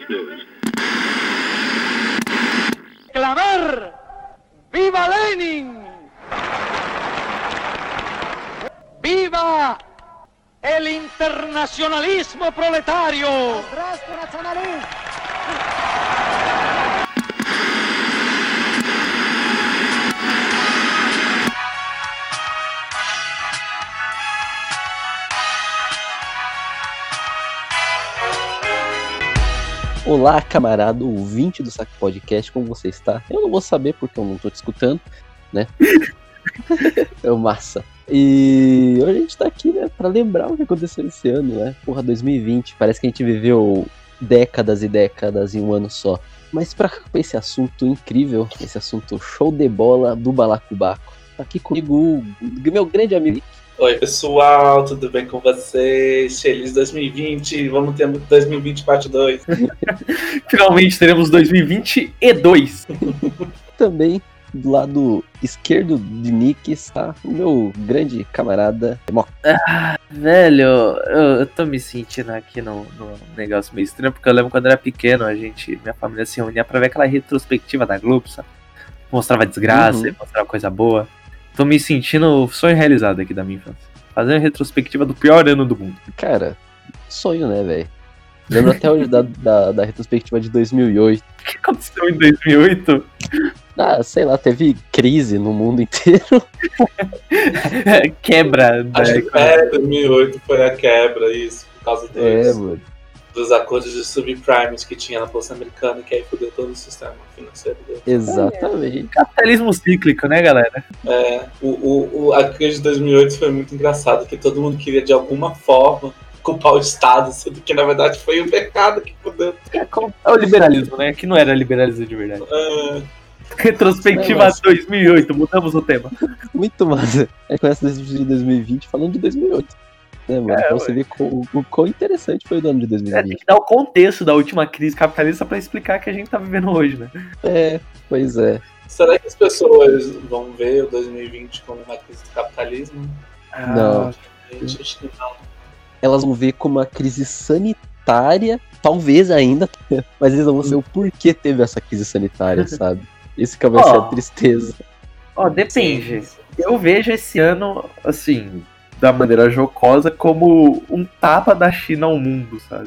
Clamar ¡Viva Lenin! ¡Viva el internacionalismo proletario! Olá, camarada ouvinte do Saco Podcast, como você está? Eu não vou saber porque eu não tô te escutando, né? É massa. E hoje a gente tá aqui, né, pra lembrar o que aconteceu esse ano, né? Porra, 2020, parece que a gente viveu décadas e décadas em um ano só. Mas pra esse assunto incrível, esse assunto show de bola do Balacobaco, tá aqui comigo o meu grande amigo. Oi pessoal, tudo bem com vocês? Feliz 2020, vamos ter 2020 parte 2. Finalmente teremos 2022. Também do lado esquerdo de Nick está o meu grande camarada Moca. Velho, eu tô me sentindo aqui num negócio meio estranho, porque eu lembro quando eu era pequeno, minha família se reunia pra ver aquela retrospectiva da Globo, sabe? Mostrava desgraça, mostrava coisa boa. Tô me sentindo sonho realizado aqui da minha infância. Fazendo retrospectiva do pior ano do mundo. Cara, sonho, né, velho? Lembro até hoje da retrospectiva de 2008. O que aconteceu em 2008? Ah, sei lá, teve crise no mundo inteiro. Quebra. Acho que 2008 foi a quebra, isso, por causa dos acordos de subprimes que tinha na Bolsa Americana, que aí fudeu todo o sistema financeiro dele. Exatamente. Capitalismo cíclico, né, galera? A crise de 2008 foi muito engraçado, que todo mundo queria de alguma forma culpar o Estado, sendo que na verdade foi o mercado que fudeu. É o liberalismo, né? Que não era liberalismo de verdade. Retrospectiva 2008, mudamos o tema. Muito massa. A gente começa de 2020 falando de 2008. Né, mano? Pra você ver o quão interessante foi o ano de 2020. Tem que dar o contexto da última crise capitalista pra explicar que a gente tá vivendo hoje, né? Pois é. Será que as pessoas vão ver o 2020 como uma crise do capitalismo? Não. Acho que não. Elas vão ver como uma crise sanitária, talvez ainda, mas eles vão ver o porquê teve essa crise sanitária, sabe? Isso que vai ser a tristeza. Depende. Eu vejo esse ano, assim, da maneira jocosa, como um tapa da China ao mundo, sabe?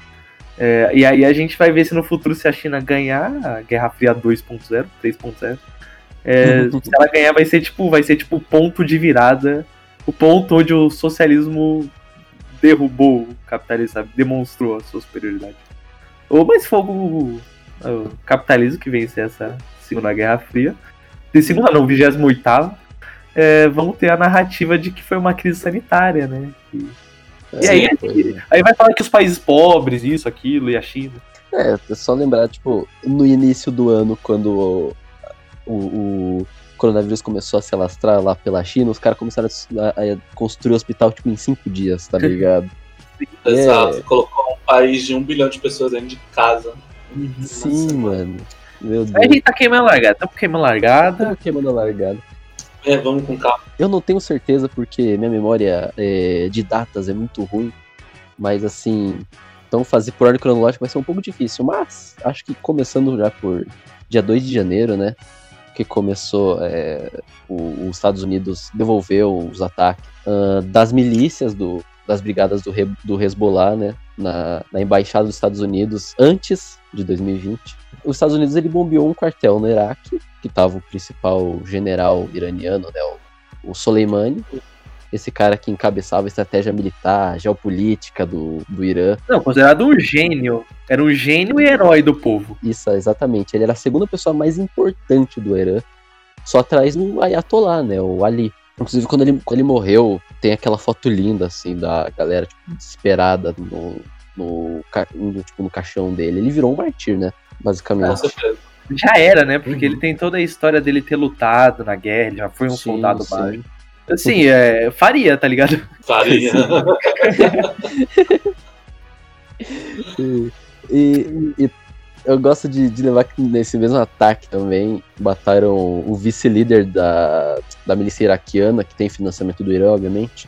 E aí a gente vai ver se no futuro, se a China ganhar a Guerra Fria 2.0, 3.0, se ela ganhar vai ser tipo o ponto de virada, o ponto onde o socialismo derrubou o capitalismo, sabe? Demonstrou a sua superioridade. Ou mais fogo o capitalismo que vence essa Segunda Guerra Fria. De segunda não, 28ª. Vamos ter a narrativa de que foi uma crise sanitária, né? E aí vai falar que os países pobres, isso, aquilo, e a China. É só lembrar, tipo, no início do ano, quando o coronavírus começou a se alastrar lá pela China, os caras começaram a construir o hospital, tipo, em 5 dias, tá ligado? Exato, colocou um país de 1 bilhão de pessoas dentro de casa. Sim, mano. Meu Deus. Aí a gente tá queimando a largada, estamos queimando a largada. Vamos com calma. Eu não tenho certeza porque minha memória de datas é muito ruim, mas assim, então fazer por ordem cronológica vai ser um pouco difícil, mas acho que começando já por dia 2 de janeiro, né, que começou, os Estados Unidos devolveu os ataques das milícias das brigadas do Hezbollah, né, na embaixada dos Estados Unidos antes de 2020. Os Estados Unidos ele bombeou um quartel no Iraque, que estava o principal general iraniano, né, o Soleimani, esse cara que encabeçava a estratégia militar, geopolítica do Irã. Não, considerado um gênio. Era um gênio e herói do povo. Isso, exatamente. Ele era a segunda pessoa mais importante do Irã, só atrás do Ayatollah, né, o Ali. Inclusive, quando ele morreu, tem aquela foto linda, assim, da galera, tipo, desesperada no caixão dele. Ele virou um martír, né, basicamente. Já era, né, porque ele tem toda a história dele ter lutado na guerra, ele já foi um soldado básico. Assim, faria, tá ligado? Faria. E eu gosto de levar que nesse mesmo ataque também mataram o vice-líder da milícia iraquiana, que tem financiamento do Irã, obviamente,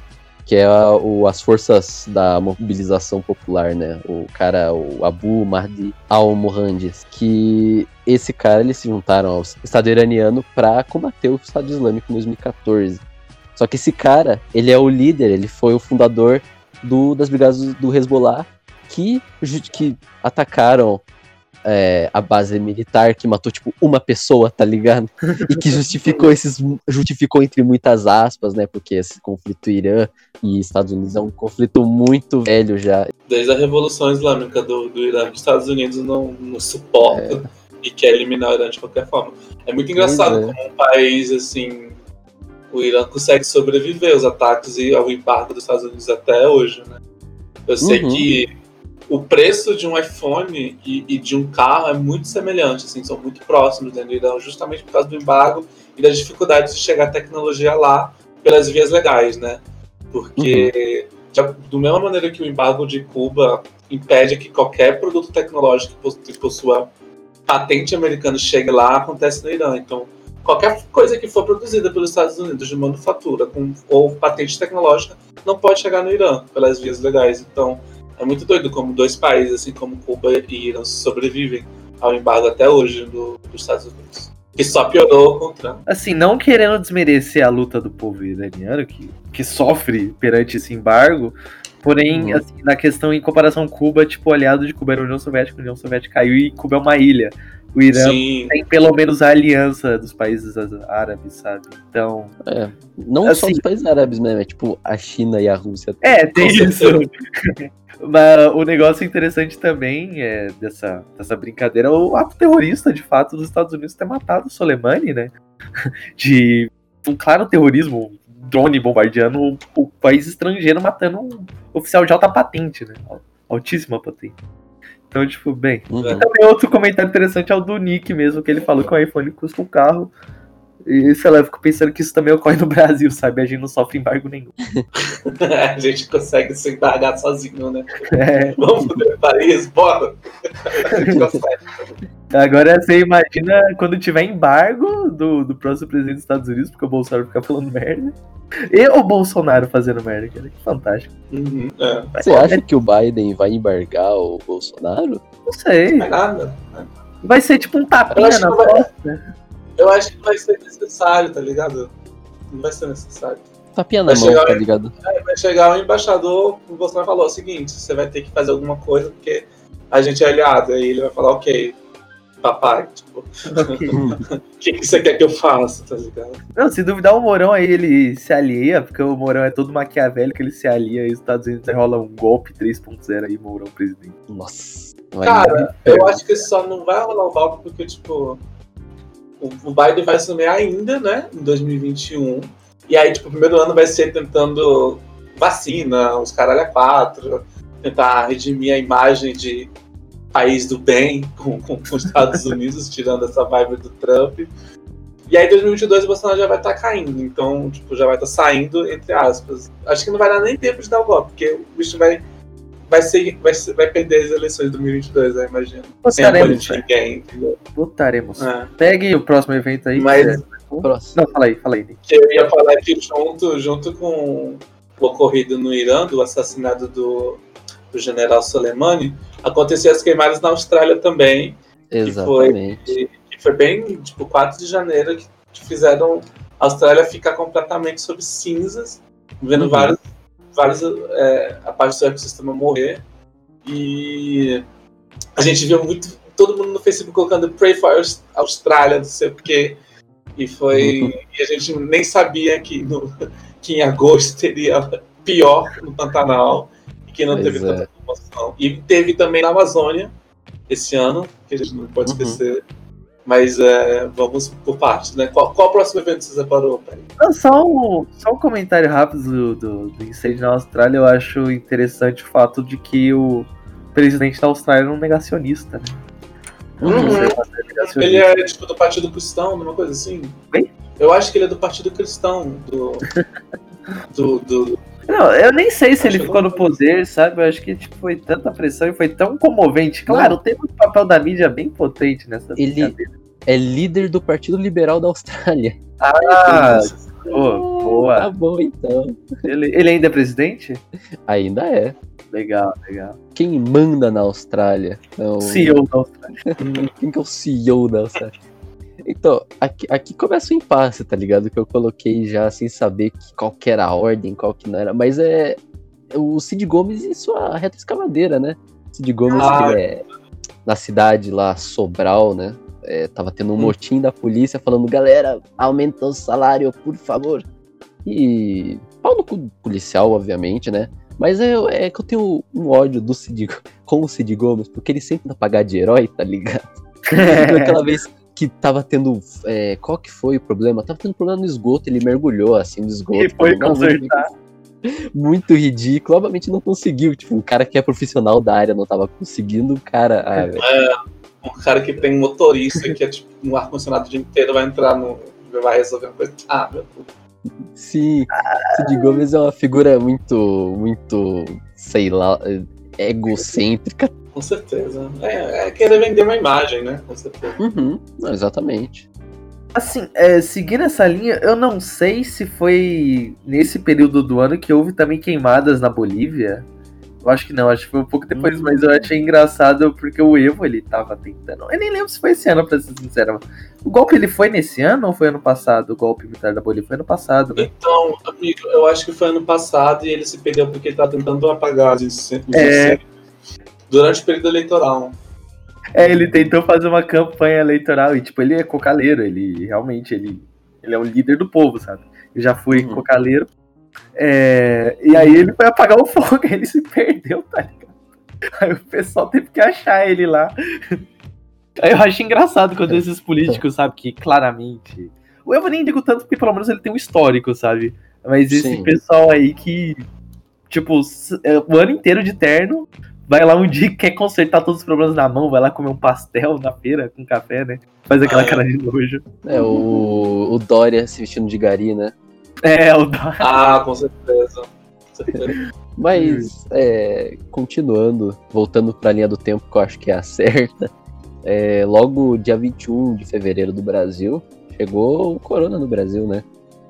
que é as forças da mobilização popular, né? O Abu Mahdi al-Mohandes, que esse cara, eles se juntaram ao Estado iraniano para combater o Estado Islâmico em 2014. Só que esse cara, ele é o líder, ele foi o fundador das brigadas do Hezbollah, que atacaram a base militar, que matou, tipo, uma pessoa, tá ligado? E que justificou entre muitas aspas, né? Porque esse conflito Irã e Estados Unidos é um conflito muito velho já. Desde a Revolução Islâmica do Irã, que os Estados Unidos não suportam e quer eliminar o Irã de qualquer forma. É muito engraçado como um país, assim, o Irã consegue sobreviver aos ataques e ao embargo dos Estados Unidos até hoje, né? Eu sei que o preço de um iPhone e de um carro é muito semelhante, assim, são muito próximos dentro do Irã, justamente por causa do embargo e das dificuldades de chegar a tecnologia lá pelas vias legais, né? Porque, da mesma maneira que o embargo de Cuba impede que qualquer produto tecnológico que possua patente americana chegue lá, acontece no Irã. Então, qualquer coisa que for produzida pelos Estados Unidos de manufatura ou patente tecnológica não pode chegar no Irã pelas vias legais. Então, é muito doido como dois países, assim como Cuba e Irã, sobrevivem ao embargo até hoje dos Estados Unidos. Que só piorou com o Trump. Assim, não querendo desmerecer a luta do povo iraniano, que sofre perante esse embargo, porém, assim, na questão, em comparação Cuba, tipo, aliado de Cuba era a União Soviética caiu e Cuba é uma ilha. O Irã tem pelo menos a aliança dos países árabes, sabe? Então... não assim, só dos países árabes mesmo, é tipo a China e a Rússia. Tem isso. Mas o negócio interessante também dessa brincadeira, o ato terrorista, de fato, dos Estados Unidos ter matado o Soleimani, né? De um claro terrorismo, drone bombardeando o país estrangeiro, matando um oficial de alta patente, né? Altíssima patente. Então, tipo, bem. E também outro comentário interessante é o do Nick mesmo, que ele falou que o iPhone custa um carro. E, sei lá, eu fico pensando que isso também ocorre no Brasil, sabe? A gente não sofre embargo nenhum. A gente consegue se embargar sozinho, né? Vamos pro Paris, bora! A gente consegue. Agora você imagina quando tiver embargo do próximo presidente dos Estados Unidos, porque o Bolsonaro fica falando merda. E o Bolsonaro fazendo merda, cara. Que fantástico. Você acha que o Biden vai embargar o Bolsonaro? Não sei. Não é nada. Vai ser tipo um tapinha na costa. Eu acho que vai ser necessário, tá ligado? Não vai ser necessário. Tapinha na mão, tá ligado? Vai chegar o embaixador, o Bolsonaro falou o seguinte: você vai ter que fazer alguma coisa porque a gente é aliado. Aí ele vai falar, ok, papai, tipo, o que você quer que eu faça, tá ligado? Não, se duvidar, o Mourão aí ele se alheia, porque o Mourão é todo maquiavélico, ele se alia e os Estados Unidos aí rola um golpe 3.0 aí, Mourão presidente. Nossa. Cara, eu acho que só não vai rolar o golpe porque, tipo, o Biden vai assumir ainda, né, em 2021. E aí, tipo, o primeiro ano vai ser tentando vacina, os caralho a quatro, tentar redimir a imagem de país do bem com os Estados Unidos, tirando essa vibe do Trump. E aí, em 2022, o Bolsonaro já vai estar caindo. Então, tipo, já vai estar saindo, entre aspas. Acho que não vai dar nem tempo de dar o golpe, porque o bicho vai perder as eleições de 2022, eu imagino. Votaremos. Sem ninguém, entendeu? Votaremos. Pegue o próximo evento aí. Mas... Não, fala aí. Que eu ia falar que junto com o ocorrido no Irã, do assassinato do general Soleimani, aconteceram as queimadas na Austrália também. Exatamente. Que foi bem, tipo, 4 de janeiro, que fizeram a Austrália ficar completamente sob cinzas, vendo vários a parte do ecossistema morrer. E a gente viu todo mundo no Facebook colocando Pray for Austrália, não sei o quê. E e a gente nem sabia que em agosto teria pior no Pantanal e que não teve tanta comoção. E teve também na Amazônia esse ano, que a gente não pode esquecer. Mas vamos por partes, né? Qual o próximo evento que você separou? Só um comentário rápido do incêndio na Austrália. Eu acho interessante o fato de que o presidente da Austrália é um negacionista, né? Ele é tipo do Partido Cristão, uma coisa assim. Bem? Eu acho que ele é do Partido Cristão. Não, eu nem sei se ele ficou no poder, sabe? Eu acho que tipo, foi tanta pressão e foi tão comovente. Claro, tem um papel da mídia bem potente nessa brincadeira. É líder do Partido Liberal da Austrália. Boa. Tá bom, então. Ele ainda é presidente? Ainda é. Legal. Quem manda na Austrália? Então, CEO da Austrália. quem que é o CEO da Austrália? Então, aqui começa o impasse, tá ligado? Que eu coloquei já sem saber qual que era a ordem, qual que não era. Mas é o Cid Gomes e sua retroescavadeira, né? Cid Gomes, que ele é na cidade lá, Sobral, né? Tava tendo um motim da polícia falando, galera, aumenta o salário, por favor. E pau no cu policial, obviamente, né? Mas é que eu tenho um ódio com o Cid Gomes, porque ele sempre tá pagar de herói, tá ligado? Aquela vez que tava tendo. Qual que foi o problema? Tava tendo problema no esgoto, ele mergulhou assim no esgoto. E foi consertar. Muito ridículo, obviamente não conseguiu. Tipo, um cara que é profissional da área não tava conseguindo, o cara. Um cara que tem motorista que é tipo um ar-condicionado o dia inteiro, vai entrar vai resolver uma coisa. Meu Deus. Sim, Cid Gomes é uma figura muito, sei lá, egocêntrica. Com certeza. É querer vender uma imagem, né? Com certeza. Não, exatamente. Assim, seguindo essa linha, eu não sei se foi nesse período do ano que houve também queimadas na Bolívia. Eu acho que não, acho que foi um pouco depois, mas eu achei engraçado porque o Evo, ele tava tentando... Eu nem lembro se foi esse ano, pra ser sincero. O golpe, ele foi nesse ano ou foi ano passado? O golpe militar da Bolívia foi ano passado, né? Então, amigo, eu acho que foi ano passado e ele se perdeu porque ele tava tentando apagar os incêndios durante o período eleitoral. Ele tentou fazer uma campanha eleitoral e, tipo, ele é cocaleiro, ele realmente, ele é um líder do povo, sabe? Eu já fui cocaleiro. E aí ele foi apagar o fogo, ele se perdeu, tá ligado? Aí o pessoal teve que achar ele lá. Aí eu acho engraçado quando esses políticos, sabe, que claramente... O Evo nem digo tanto porque pelo menos ele tem um histórico, sabe? Mas esse pessoal aí que, tipo, o ano inteiro de terno, vai lá um dia que quer consertar todos os problemas na mão, vai lá comer um pastel na feira com café, né? Faz aquela cara de nojo. O Dória se vestindo de gari, né? O Dória. Com certeza. Mas, continuando, voltando pra linha do tempo que eu acho que é a certa, logo dia 21 de fevereiro do Brasil, chegou o corona no Brasil, né?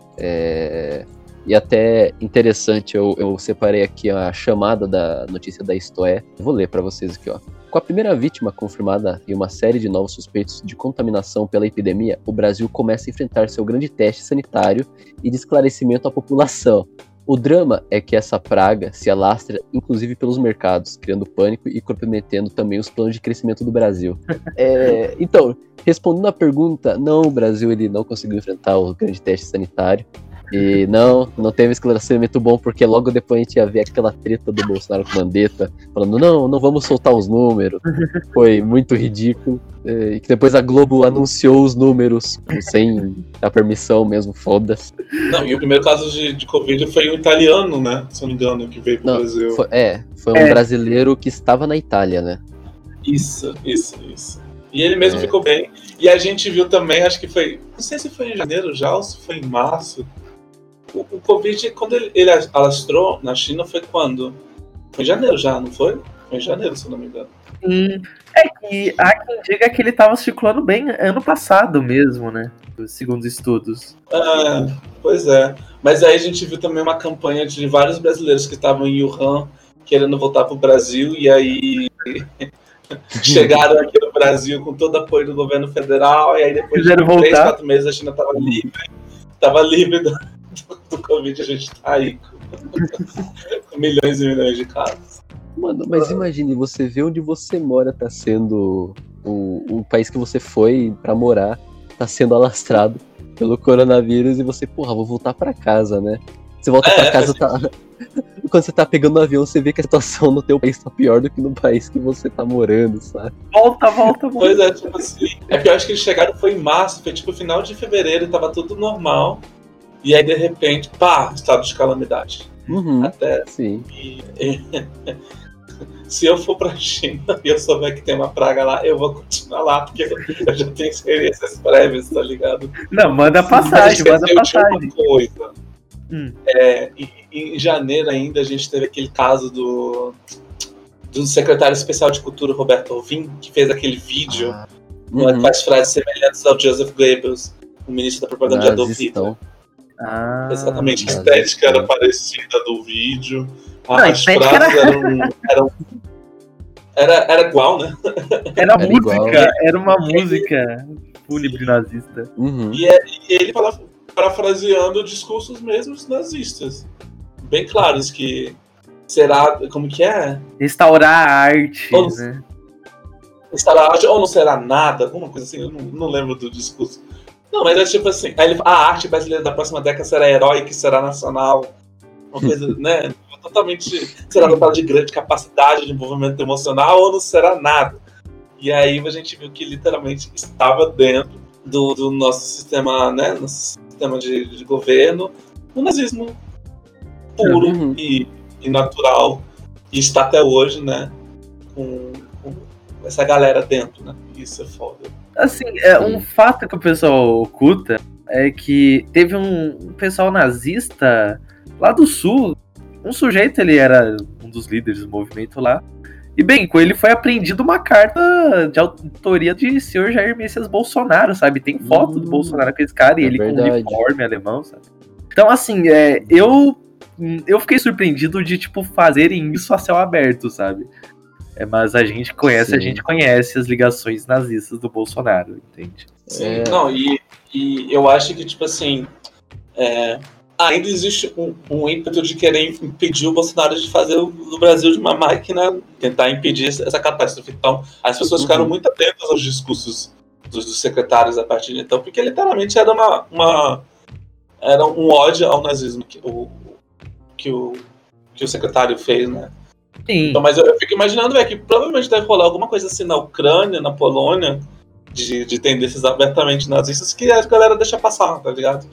E até interessante, eu separei aqui a chamada da notícia da Isto É. Vou ler pra vocês aqui, ó. Com a primeira vítima confirmada e uma série de novos suspeitos de contaminação pela epidemia, o Brasil começa a enfrentar seu grande teste sanitário e de esclarecimento à população. O drama é que essa praga se alastra inclusive pelos mercados, criando pânico e comprometendo também os planos de crescimento do Brasil. Então, respondendo à pergunta, não, o Brasil ele não conseguiu enfrentar o grande teste sanitário. E não teve esclarecimento bom, porque logo depois a gente ia ver aquela treta do Bolsonaro com Mandetta, falando, não vamos soltar os números. Foi muito ridículo. E que depois a Globo anunciou os números sem a permissão mesmo, foda-se. Não, e o primeiro caso de Covid foi um italiano, né? Se eu não me engano, que veio pro Brasil. Foi um brasileiro que estava na Itália, né? Isso. E ele mesmo ficou bem. E a gente viu também, acho que foi... Não sei se foi em janeiro já ou se foi em março. O Covid, quando ele alastrou na China, foi quando? Foi em janeiro já, não foi? Foi em janeiro, se eu não me engano. Que há quem diga que ele estava circulando bem ano passado mesmo, né? Segundo estudos. Pois é. Mas aí a gente viu também uma campanha de vários brasileiros que estavam em Wuhan querendo voltar pro Brasil, e aí chegaram aqui no Brasil com todo o apoio do governo federal, e aí depois de 3-4 meses a China estava livre do Covid, a gente tá aí com milhões e milhões de casos. Mano, mas imagine, você vê onde você mora, tá sendo o país que você foi pra morar, tá sendo alastrado pelo coronavírus, e você, vou voltar pra casa, né? Você volta pra casa, quando você tá pegando o avião, você vê que a situação no teu país tá pior do que no país que você tá morando, sabe? Volta. Pois é, tipo assim. É que eu acho que eles chegaram, foi em março, foi tipo final de fevereiro, tava tudo normal. E aí, de repente, estado de calamidade. Até. Sim. Se eu for pra China e eu souber que tem uma praga lá, eu vou continuar lá, porque eu já tenho experiências prévias, tá ligado? Não, manda passagem, Uma coisa. Em janeiro ainda, a gente teve aquele caso do secretário especial de cultura, Roberto Alvim, que fez aquele vídeo com as frases semelhantes ao Joseph Goebbels, o ministro da propaganda de Adolf Hitler. Exatamente, a estética era parecida do vídeo. As estética frases era igual, né? Era música, igual. era uma música fúnebre nazista. Uhum. E ele falava, parafraseando discursos mesmos nazistas. Bem claros que será... Como que é? Restaurar a arte, né? Restaurar a arte ou não será nada? Alguma coisa assim, eu não lembro do discurso. Não, mas é tipo assim, aí a arte brasileira da próxima década será heróica, será nacional. Uma coisa, né? Totalmente... Será dotada de grande capacidade de envolvimento emocional ou não será nada? E aí a gente viu que literalmente estava dentro do nosso sistema, né? Nosso sistema de governo, o nazismo puro e natural. E está até hoje, né? Com essa galera dentro, né? Isso é foda. Assim, um fato que o pessoal oculta é que teve um pessoal nazista lá do sul. Um sujeito, ele era um dos líderes do movimento lá. E bem, com ele foi apreendido uma carta de autoria de senhor Jair Messias Bolsonaro, sabe? Tem foto do Bolsonaro com esse cara e ele com um uniforme alemão, sabe? Então, assim, eu fiquei surpreendido de, tipo, fazerem isso a céu aberto, sabe? Mas a gente conhece as ligações nazistas do Bolsonaro, entende? Sim, não, e eu acho que, tipo assim, ainda existe um ímpeto de querer impedir o Bolsonaro de fazer do Brasil de uma máquina, tentar impedir essa catástrofe. Então, as pessoas ficaram muito atentas aos discursos dos secretários a partir de então, porque literalmente era era um ódio ao nazismo que o secretário fez, né? Sim. Então, mas eu fico imaginando que provavelmente deve rolar alguma coisa assim na Ucrânia, na Polônia, de tendências abertamente nazistas que a galera deixa passar, tá ligado?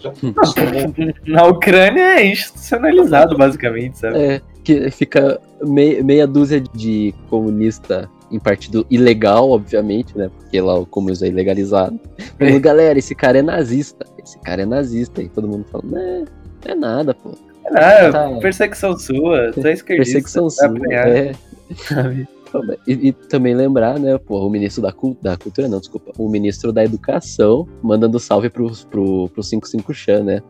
Na Ucrânia é institucionalizado, basicamente, sabe? Que fica meia dúzia de comunista em partido ilegal, obviamente, né? Porque lá o comunismo é ilegalizado. Falando, galera, esse cara é nazista. E todo mundo fala, não é nada, pô. Perseguição sua, tu é esquerdista. Perseguição sua, sabe? E também lembrar, né, pô, o ministro da cultura, não, desculpa, o ministro da educação mandando salve pro 55 Chan, né?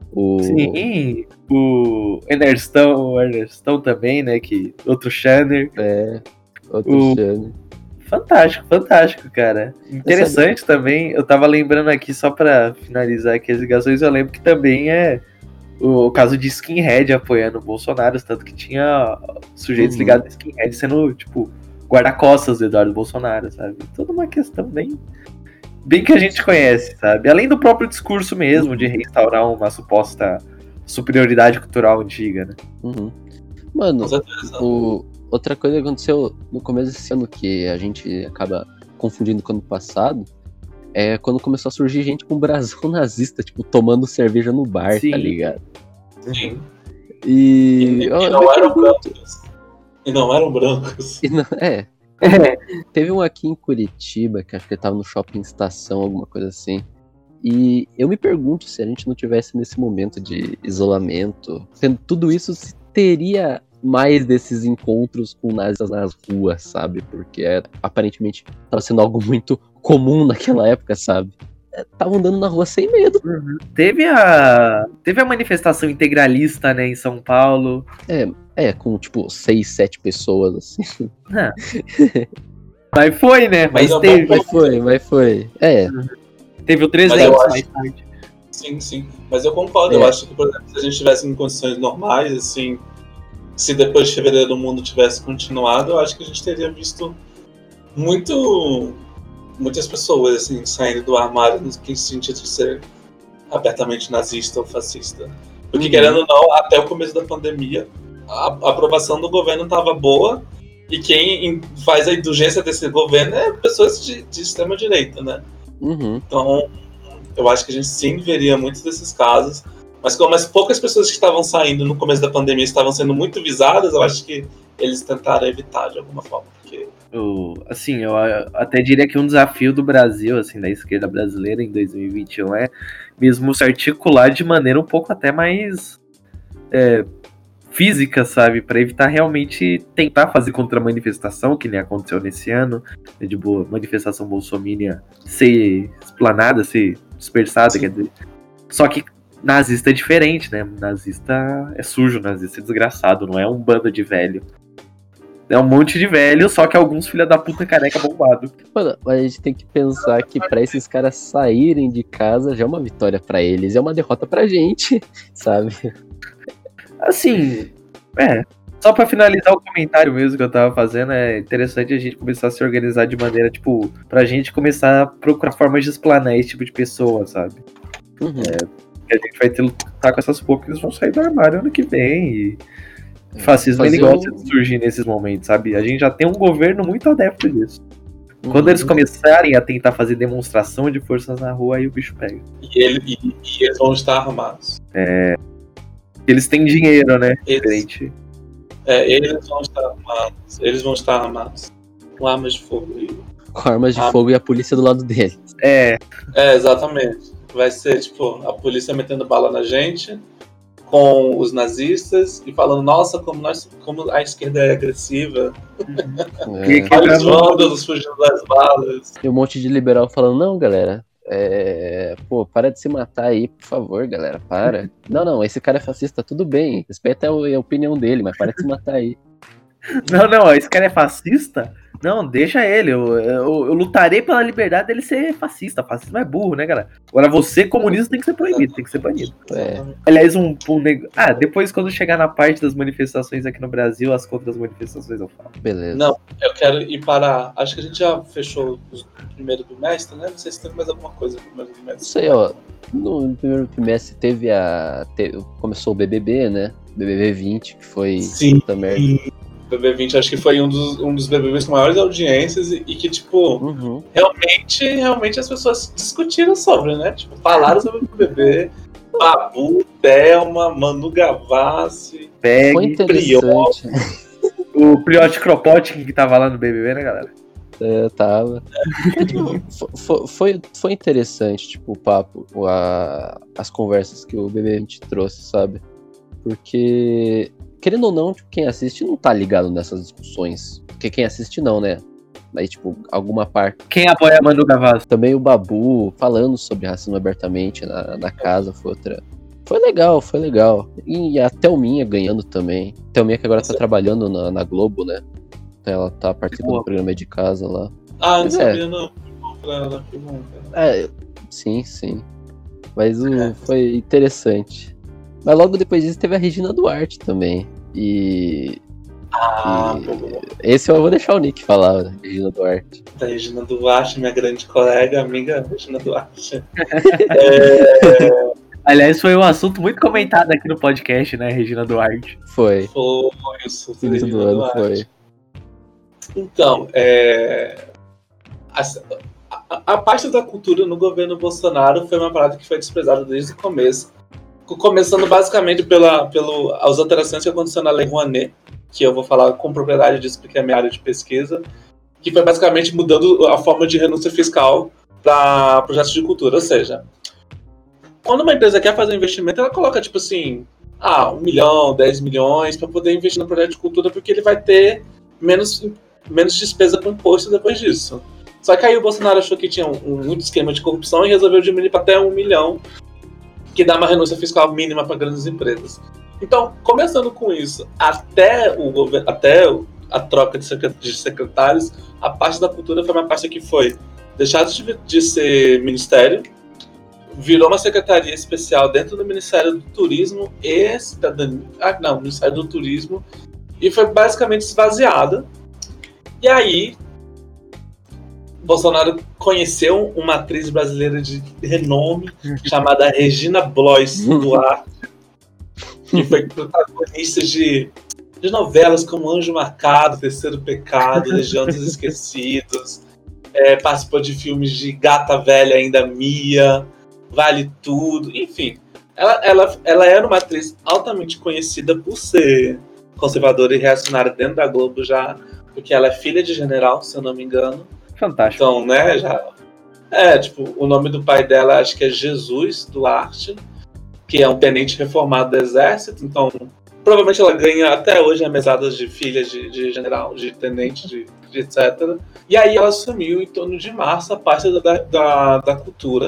Sim, o Enerstão também, né, que outro Channer. Channer. Fantástico, cara. Interessante também, eu tava lembrando aqui, só pra finalizar aqui as ligações, eu lembro que também o caso de skinhead apoiando o Bolsonaro, tanto que tinha sujeitos ligados a skinhead sendo, tipo, guarda-costas do Eduardo Bolsonaro, sabe? Toda uma questão bem que a gente conhece, sabe? Além do próprio discurso mesmo, de restaurar uma suposta superioridade cultural antiga, né? Mano, outra coisa que aconteceu no começo desse ano, que a gente acaba confundindo com o ano passado, é quando começou a surgir gente com brasão nazista, tipo, tomando cerveja no bar, tá ligado? Sim. E não eram brancos. E não eram brancos. Teve um aqui em Curitiba, que acho que ele tava no Shopping Estação, alguma coisa assim. E eu me pergunto se a gente não tivesse nesse momento de isolamento, sendo tudo isso, se teria mais desses encontros com nazistas nas ruas, sabe? Porque aparentemente estava sendo algo muito comum naquela época, sabe? Estavam andando na rua sem medo. Teve a manifestação integralista, né, em São Paulo. Com tipo 6, 7 pessoas, assim. Mas foi, né? Mas foi. Teve o 300 mais tarde. Sim. Mas eu concordo. Eu acho que, por exemplo, se a gente tivesse em condições normais, assim, se depois de fevereiro o mundo tivesse continuado, eu acho que a gente teria visto muitas pessoas, assim, saindo do armário no sentido de ser abertamente nazista ou fascista. Porque, querendo ou não, até o começo da pandemia, a aprovação do governo estava boa, e quem faz a indulgência desse governo é pessoas de extrema-direita, né? Então, eu acho que a gente sim veria muitos desses casos, mas como as poucas pessoas que estavam saindo no começo da pandemia estavam sendo muito visadas, eu acho que eles tentaram evitar de alguma forma. Porque... Assim, eu até diria que um desafio do Brasil, assim, da esquerda brasileira em 2021 é mesmo se articular de maneira um pouco até mais física, sabe? Para evitar realmente tentar fazer contra-manifestação, que nem aconteceu nesse ano, de manifestação bolsominiana ser explanada, ser dispersada, quer dizer. Só que nazista é diferente, né? Nazista é sujo, nazista é desgraçado, não é um bando de velho. É um monte de velho, só que alguns filha da puta careca bombado. Mano, mas a gente tem que pensar que pra esses caras saírem de casa já é uma vitória pra eles, é uma derrota pra gente, sabe? Assim, só pra finalizar o comentário mesmo que eu tava fazendo, é interessante a gente começar a se organizar de maneira, tipo, pra gente começar a procurar formas de explanar esse tipo de pessoa, sabe? Uhum. A gente vai ter que lutar com essas poucas que eles vão sair do armário ano que vem e fascismo Fazer ele gosta de surgir nesses momentos, sabe? A gente já tem um governo muito adepto disso. Quando Uhum. eles começarem a tentar fazer demonstração de forças na rua, aí o bicho pega. E eles vão estar armados. Eles têm dinheiro, né? Eles- Diferente. Eles vão estar armados. Eles vão estar armados. Com armas de fogo. Com armas de fogo e a polícia do lado deles. Exatamente. Vai ser, tipo, a polícia metendo bala na gente, com os nazistas, e falando, nossa, como a esquerda é agressiva. É. Olha os vândalos fugindo das balas. E um monte de liberal falando, não, galera, pô, para de se matar aí, por favor, galera, para. Não, esse cara é fascista, tudo bem, respeita a opinião dele, mas para de se matar aí. Não, esse cara é fascista? Não, deixa ele. Eu lutarei pela liberdade dele ser fascista. Fascismo é burro, né, galera? Agora você, comunista, tem que ser proibido, tem que ser banido. Aliás, depois, quando chegar na parte das manifestações aqui no Brasil, as contas das manifestações eu falo. Beleza. Não, eu quero ir para... Acho que a gente já fechou o primeiro bimestre, né? Não sei se tem mais alguma coisa no primeiro Não bimestre. sei, ó, no primeiro trimestre começou o BBB, né? BBB 20, que foi Sim. puta merda. BB20 acho que foi um dos BBBs com maiores audiências e que, tipo, Uhum. realmente as pessoas discutiram sobre, né? Tipo, falaram sobre o BBB. Babu, Thelma, Manu Gavassi, Foi interessante. O Priote Kropotkin que tava lá no BBB, né, galera? Tava. Foi interessante, tipo, o papo, as conversas que o BB20 trouxe, sabe? Porque, querendo ou não, tipo, quem assiste não tá ligado nessas discussões. Porque quem assiste não, né? Mas, tipo, alguma parte. Quem apoia a Manu Gavassi? Também o Babu falando sobre racismo abertamente na casa foi outra. Foi legal. E a Thelminha ganhando também. Thelminha que agora tá trabalhando na Globo, né? Ela tá participando do programa de casa lá. Ah, não Mas sabia, não. Que bom, cara. Sim. Mas foi interessante. Mas logo depois disso teve a Regina Duarte também. Esse eu vou deixar o Nick falar, Regina Duarte. Da Regina Duarte, minha grande colega, amiga Regina Duarte. Aliás, foi um assunto muito comentado aqui no podcast, né, Regina Duarte? Foi. Foi isso. Início do ano foi. Então, a parte da cultura no governo Bolsonaro foi uma parada que foi desprezada desde o começo. Começando basicamente pelas alterações que aconteceram na Lei Rouanet, que eu vou falar com propriedade disso porque é a minha área de pesquisa, que foi basicamente mudando a forma de renúncia fiscal para projetos de cultura. Ou seja, quando uma empresa quer fazer um investimento, ela coloca tipo assim, 1 milhão, 10 milhões para poder investir no projeto de cultura, porque ele vai ter menos despesa com imposto depois disso. Só que aí o Bolsonaro achou que tinha muito esquema de corrupção e resolveu diminuir para até 1 milhão, que dá uma renúncia fiscal mínima para grandes empresas. Então, começando com isso, até a troca de secretários, a parte da cultura foi uma parte que foi deixada de ser ministério, virou uma secretaria especial dentro do Ministério do Turismo e Cidadania. Ministério do Turismo, e foi basicamente esvaziada. E aí, Bolsonaro conheceu uma atriz brasileira de renome chamada Regina Blois Duarte, que foi protagonista de novelas como Anjo Marcado, Terceiro Pecado, Legião dos Esquecidos, participou de filmes de Gata Velha Ainda Mia, Vale Tudo, enfim. Ela era uma atriz altamente conhecida por ser conservadora e reacionária dentro da Globo já, porque ela é filha de general, se eu não me engano. Fantástico. Então, né, o nome do pai dela acho que é Jesus Duarte, que é um tenente reformado do exército, então provavelmente ela ganha até hoje mesadas de filha de general, de tenente, de etc. E aí ela assumiu em torno de março a parte da cultura.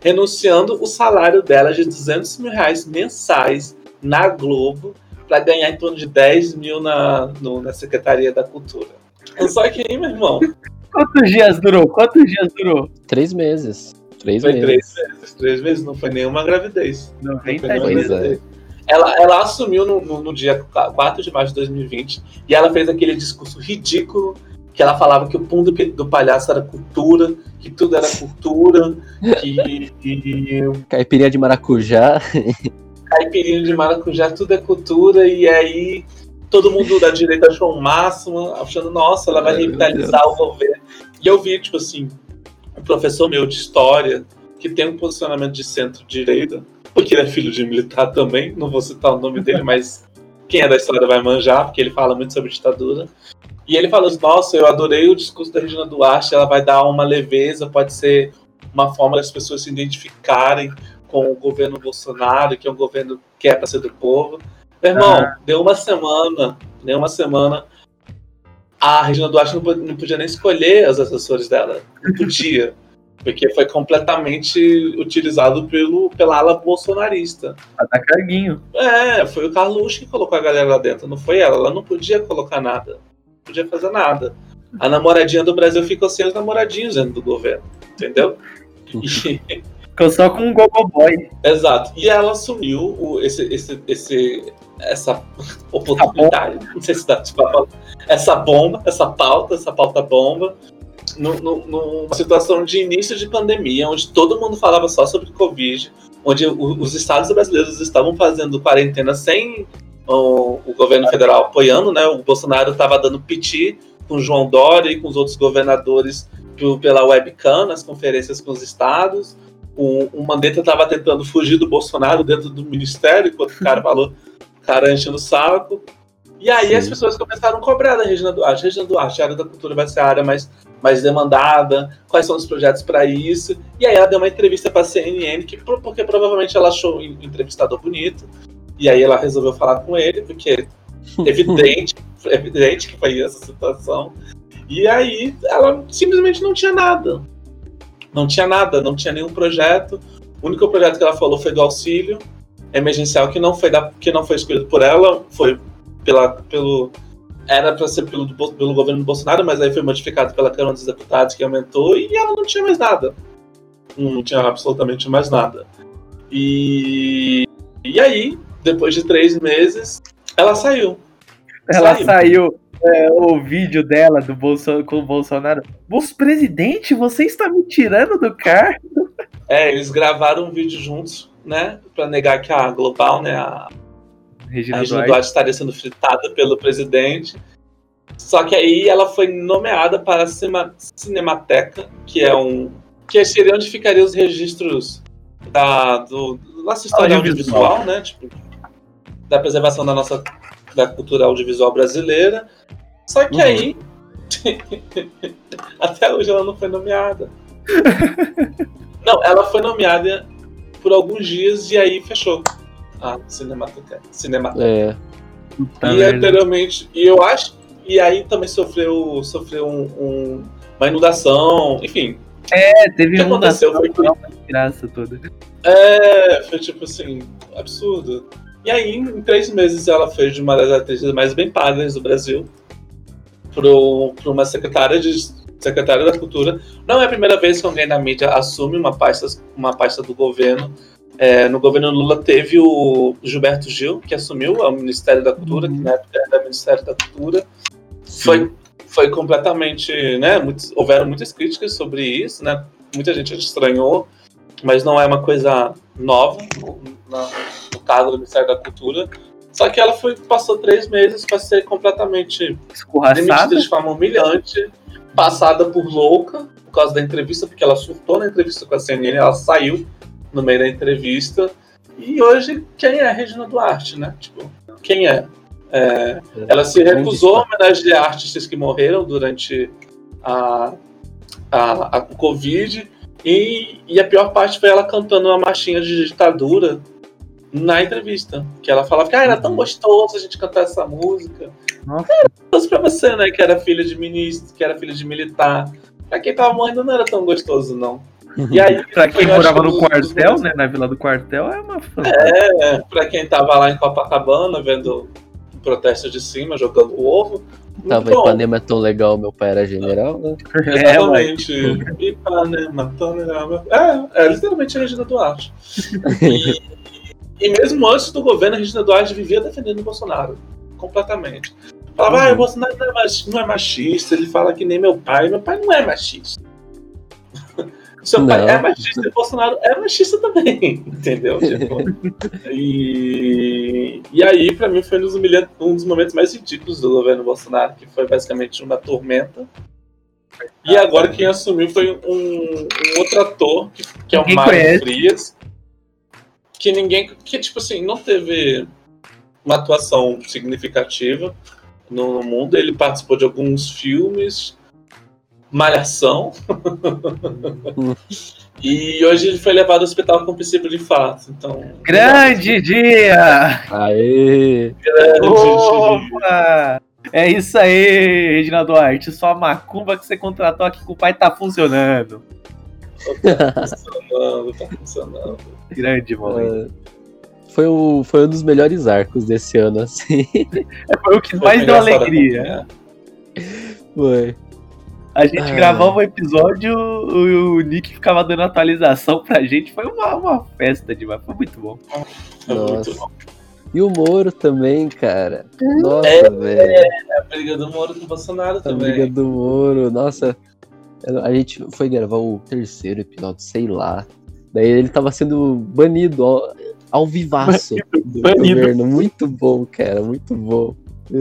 renunciando o salário dela de R$200 mil mensais na Globo para ganhar em torno de 10 mil na Secretaria da Cultura. Só que aí, meu irmão... Quantos dias durou? 3 meses. Foi 3 meses, não foi nenhuma gravidez. 90 dias. Ela assumiu no dia 4 de março de 2020 e ela fez aquele discurso ridículo que ela falava que o pum do palhaço era cultura, que tudo era cultura, que Caipirinha de maracujá. Caipirinha de maracujá, tudo é cultura, e aí todo mundo da direita achou o máximo, achando, nossa, ela vai revitalizar o governo. E eu vi, tipo assim, um professor meu de história, que tem um posicionamento de centro-direita, porque ele é filho de militar também, não vou citar o nome dele, mas quem é da história vai manjar, porque ele fala muito sobre ditadura. E ele falou assim, nossa, eu adorei o discurso da Regina Duarte, ela vai dar uma leveza, pode ser uma forma das pessoas se identificarem com o governo Bolsonaro, que é um governo que é para ser do povo. Meu irmão, deu uma semana, a Regina Duarte não podia nem escolher os assessores dela, não podia, porque foi completamente utilizado pela ala bolsonarista. Tá carguinho. Foi o Carluxo que colocou a galera lá dentro, não foi ela não podia colocar nada. Podia fazer nada. A namoradinha do Brasil ficou sem os namoradinhos dentro do governo, entendeu? Ficou só com um gogoboy. Exato. E ela assumiu essa oportunidade, não sei se dá pra falar, essa pauta bomba, numa situação de início de pandemia, onde todo mundo falava só sobre Covid, onde os estados brasileiros estavam fazendo quarentena sem o governo federal apoiando, né? O Bolsonaro estava dando piti com o João Dória e com os outros governadores pela webcam nas conferências com os estados. O Mandetta estava tentando fugir do Bolsonaro dentro do ministério, enquanto o cara falou, enchendo o saco. E aí as pessoas começaram a cobrar da Regina Duarte. Regina Duarte, a área da cultura vai ser a área mais demandada, quais são os projetos para isso. E aí ela deu uma entrevista para a CNN, porque provavelmente ela achou o entrevistador bonito. E aí ela resolveu falar com ele, porque evidente que foi essa situação. E aí ela simplesmente não tinha nada. Não tinha nenhum projeto. O único projeto que ela falou foi do auxílio emergencial, que não foi escolhido por ela, foi era para ser pelo governo Bolsonaro, mas aí foi modificado pela Câmara dos Deputados, que aumentou, e ela não tinha mais nada. Não tinha absolutamente mais nada. E aí, depois de 3 meses, ela saiu. Ela saiu. O vídeo dela com o Bolsonaro. Moço presidente, você está me tirando do cargo? Eles gravaram um vídeo juntos, né? Pra negar que a Global, né? A Regina Duarte estaria sendo fritada pelo presidente. Só que aí ela foi nomeada para a Cinemateca, que seria onde ficariam os registros do nossa história audiovisual, né? Tipo, da preservação da cultura audiovisual brasileira. Só que aí, até hoje ela não foi nomeada. Não, ela foi nomeada por alguns dias e aí fechou a Cinemateca. E anteriormente, e aí também sofreu uma inundação, enfim. Teve uma inundação, foi graça toda. Foi tipo assim, absurdo. E aí, em 3 meses, ela fez de uma das atrizes mais bem pagas do Brasil para uma secretária da Cultura. Não é a primeira vez que alguém na mídia assume uma pasta do governo. No governo Lula teve o Gilberto Gil, que assumiu o Ministério da Cultura, que na época era o Ministério da Cultura. Foi completamente, né? Houveram muitas críticas sobre isso, né? Muita gente estranhou, mas não é uma coisa nova no cargo do Ministério da Cultura. Só que ela passou 3 meses para ser completamente demitida de forma humilhante, passada por louca por causa da entrevista, porque ela surtou na entrevista com a CNN, ela saiu no meio da entrevista. E hoje, quem é a Regina Duarte, né? Tipo, quem é? Ela se recusou a homenagear artistas que morreram durante a Covid, e a pior parte foi ela cantando uma marchinha de ditadura na entrevista, que ela falava que era tão gostoso a gente cantar essa música. Nossa. Gostoso pra você, né, que era filha de ministro, que era filha de militar. Pra quem tava morrendo não era tão gostoso, não. E aí, Pra quem morava no quartel, né? Na Vila do Quartel, é uma fantasia. Pra quem tava lá em Copacabana, vendo o protesto de cima, jogando o ovo. Tava em Ipanema, é tão legal, meu pai era general, né? Exatamente. Ipanema, tão legal. É literalmente a Regina Duarte. E mesmo antes do governo, a Regina Duarte vivia defendendo o Bolsonaro. Completamente. Falava, o Bolsonaro não é machista, ele fala que nem meu pai não é machista. Seu pai é machista e o Bolsonaro é machista também, entendeu? Tipo, e aí, pra mim, foi um dos momentos mais ridículos do governo Bolsonaro, que foi basicamente uma tormenta. E agora quem assumiu foi um outro ator, que é o Mário Frias, que tipo assim, não teve uma atuação significativa no mundo. Ele participou de alguns filmes, Malhação, e hoje ele foi levado ao hospital com princípio de infarto. Então, grande dia! Aê! Grande Opa! É isso aí, Regina Duarte. Sua macumba que você contratou aqui com o pai tá funcionando. Tá funcionando. Grande, mano. Foi um dos melhores arcos desse ano, assim. Foi o que mais deu alegria. Foi. A gente gravava um episódio, o Nick ficava dando atualização pra gente. Foi uma festa demais, foi muito bom. Muito bom. E o Moro também, cara. Nossa, velho. A briga do Moro com o Bolsonaro também. A briga do Moro, nossa. A gente foi gravar o 3º episódio, sei lá. Daí ele tava sendo banido ao vivaço do governo. Muito bom, cara, muito bom.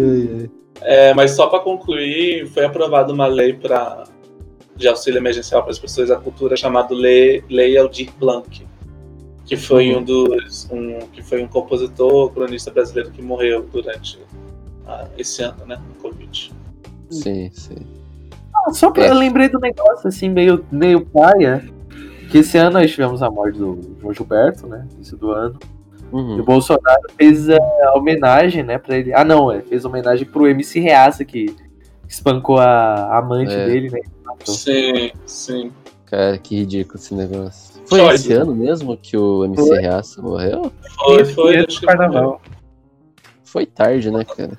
Mas só para concluir, foi aprovada uma lei de auxílio emergencial para as pessoas da cultura chamada Lei Aldir Blanc, que foi que foi um compositor, cronista brasileiro que morreu durante esse ano, né, no Covid. Sim. Só eu lembrei do negócio assim, meio paia, que esse ano nós tivemos a morte do João Gilberto, né, início do ano. E o Bolsonaro fez a homenagem, né, pra ele. Fez homenagem pro MC Reaça, que espancou a amante dele, né? Sim. Cara, que ridículo esse negócio. Foi esse ano mesmo que o MC Reaça morreu? Foi no carnaval. Foi tarde, né, cara?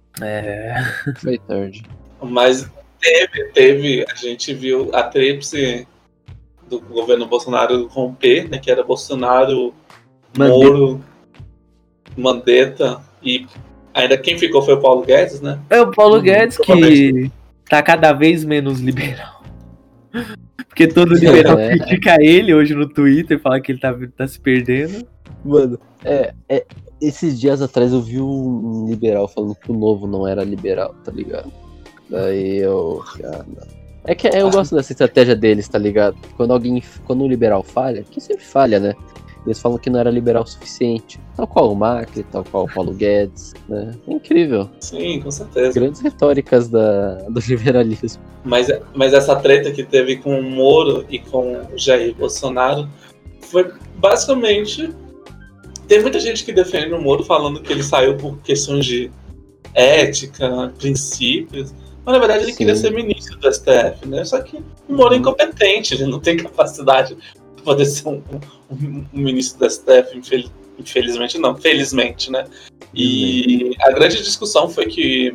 Foi tarde. Mas teve, a gente viu a tríplice do governo Bolsonaro romper, né, que era Bolsonaro, Moro, Mandetta, e ainda quem ficou foi o Paulo Guedes, né? É o Paulo Guedes que tá cada vez menos liberal. Porque todo liberal critica ele hoje no Twitter, fala que ele tá se perdendo. Mano, esses dias atrás eu vi um liberal falando que o Novo não era liberal, tá ligado? Daí eu... É que eu gosto dessa estratégia deles, tá ligado? Quando um liberal falha, que sempre falha, né? Eles falam que não era liberal o suficiente. Tal qual o Macri, tal qual o Paulo Guedes, né? É incrível. Sim, com certeza. Grandes retóricas do liberalismo. Mas essa treta que teve com o Moro e com o Jair Bolsonaro foi basicamente... Tem muita gente que defende o Moro falando que ele saiu por questões de ética, princípios. Mas na verdade ele queria ser ministro do STF, né? Só que o Moro é incompetente, ele não tem capacidade de poder ser um ministro do STF, infelizmente não, felizmente, né? E a grande discussão foi que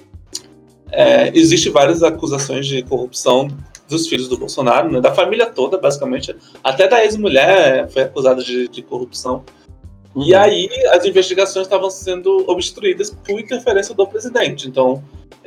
existe várias acusações de corrupção dos filhos do Bolsonaro, né? Da família toda, basicamente. Até da ex-mulher foi acusada de corrupção. E aí as investigações estavam sendo obstruídas por interferência do presidente. Então,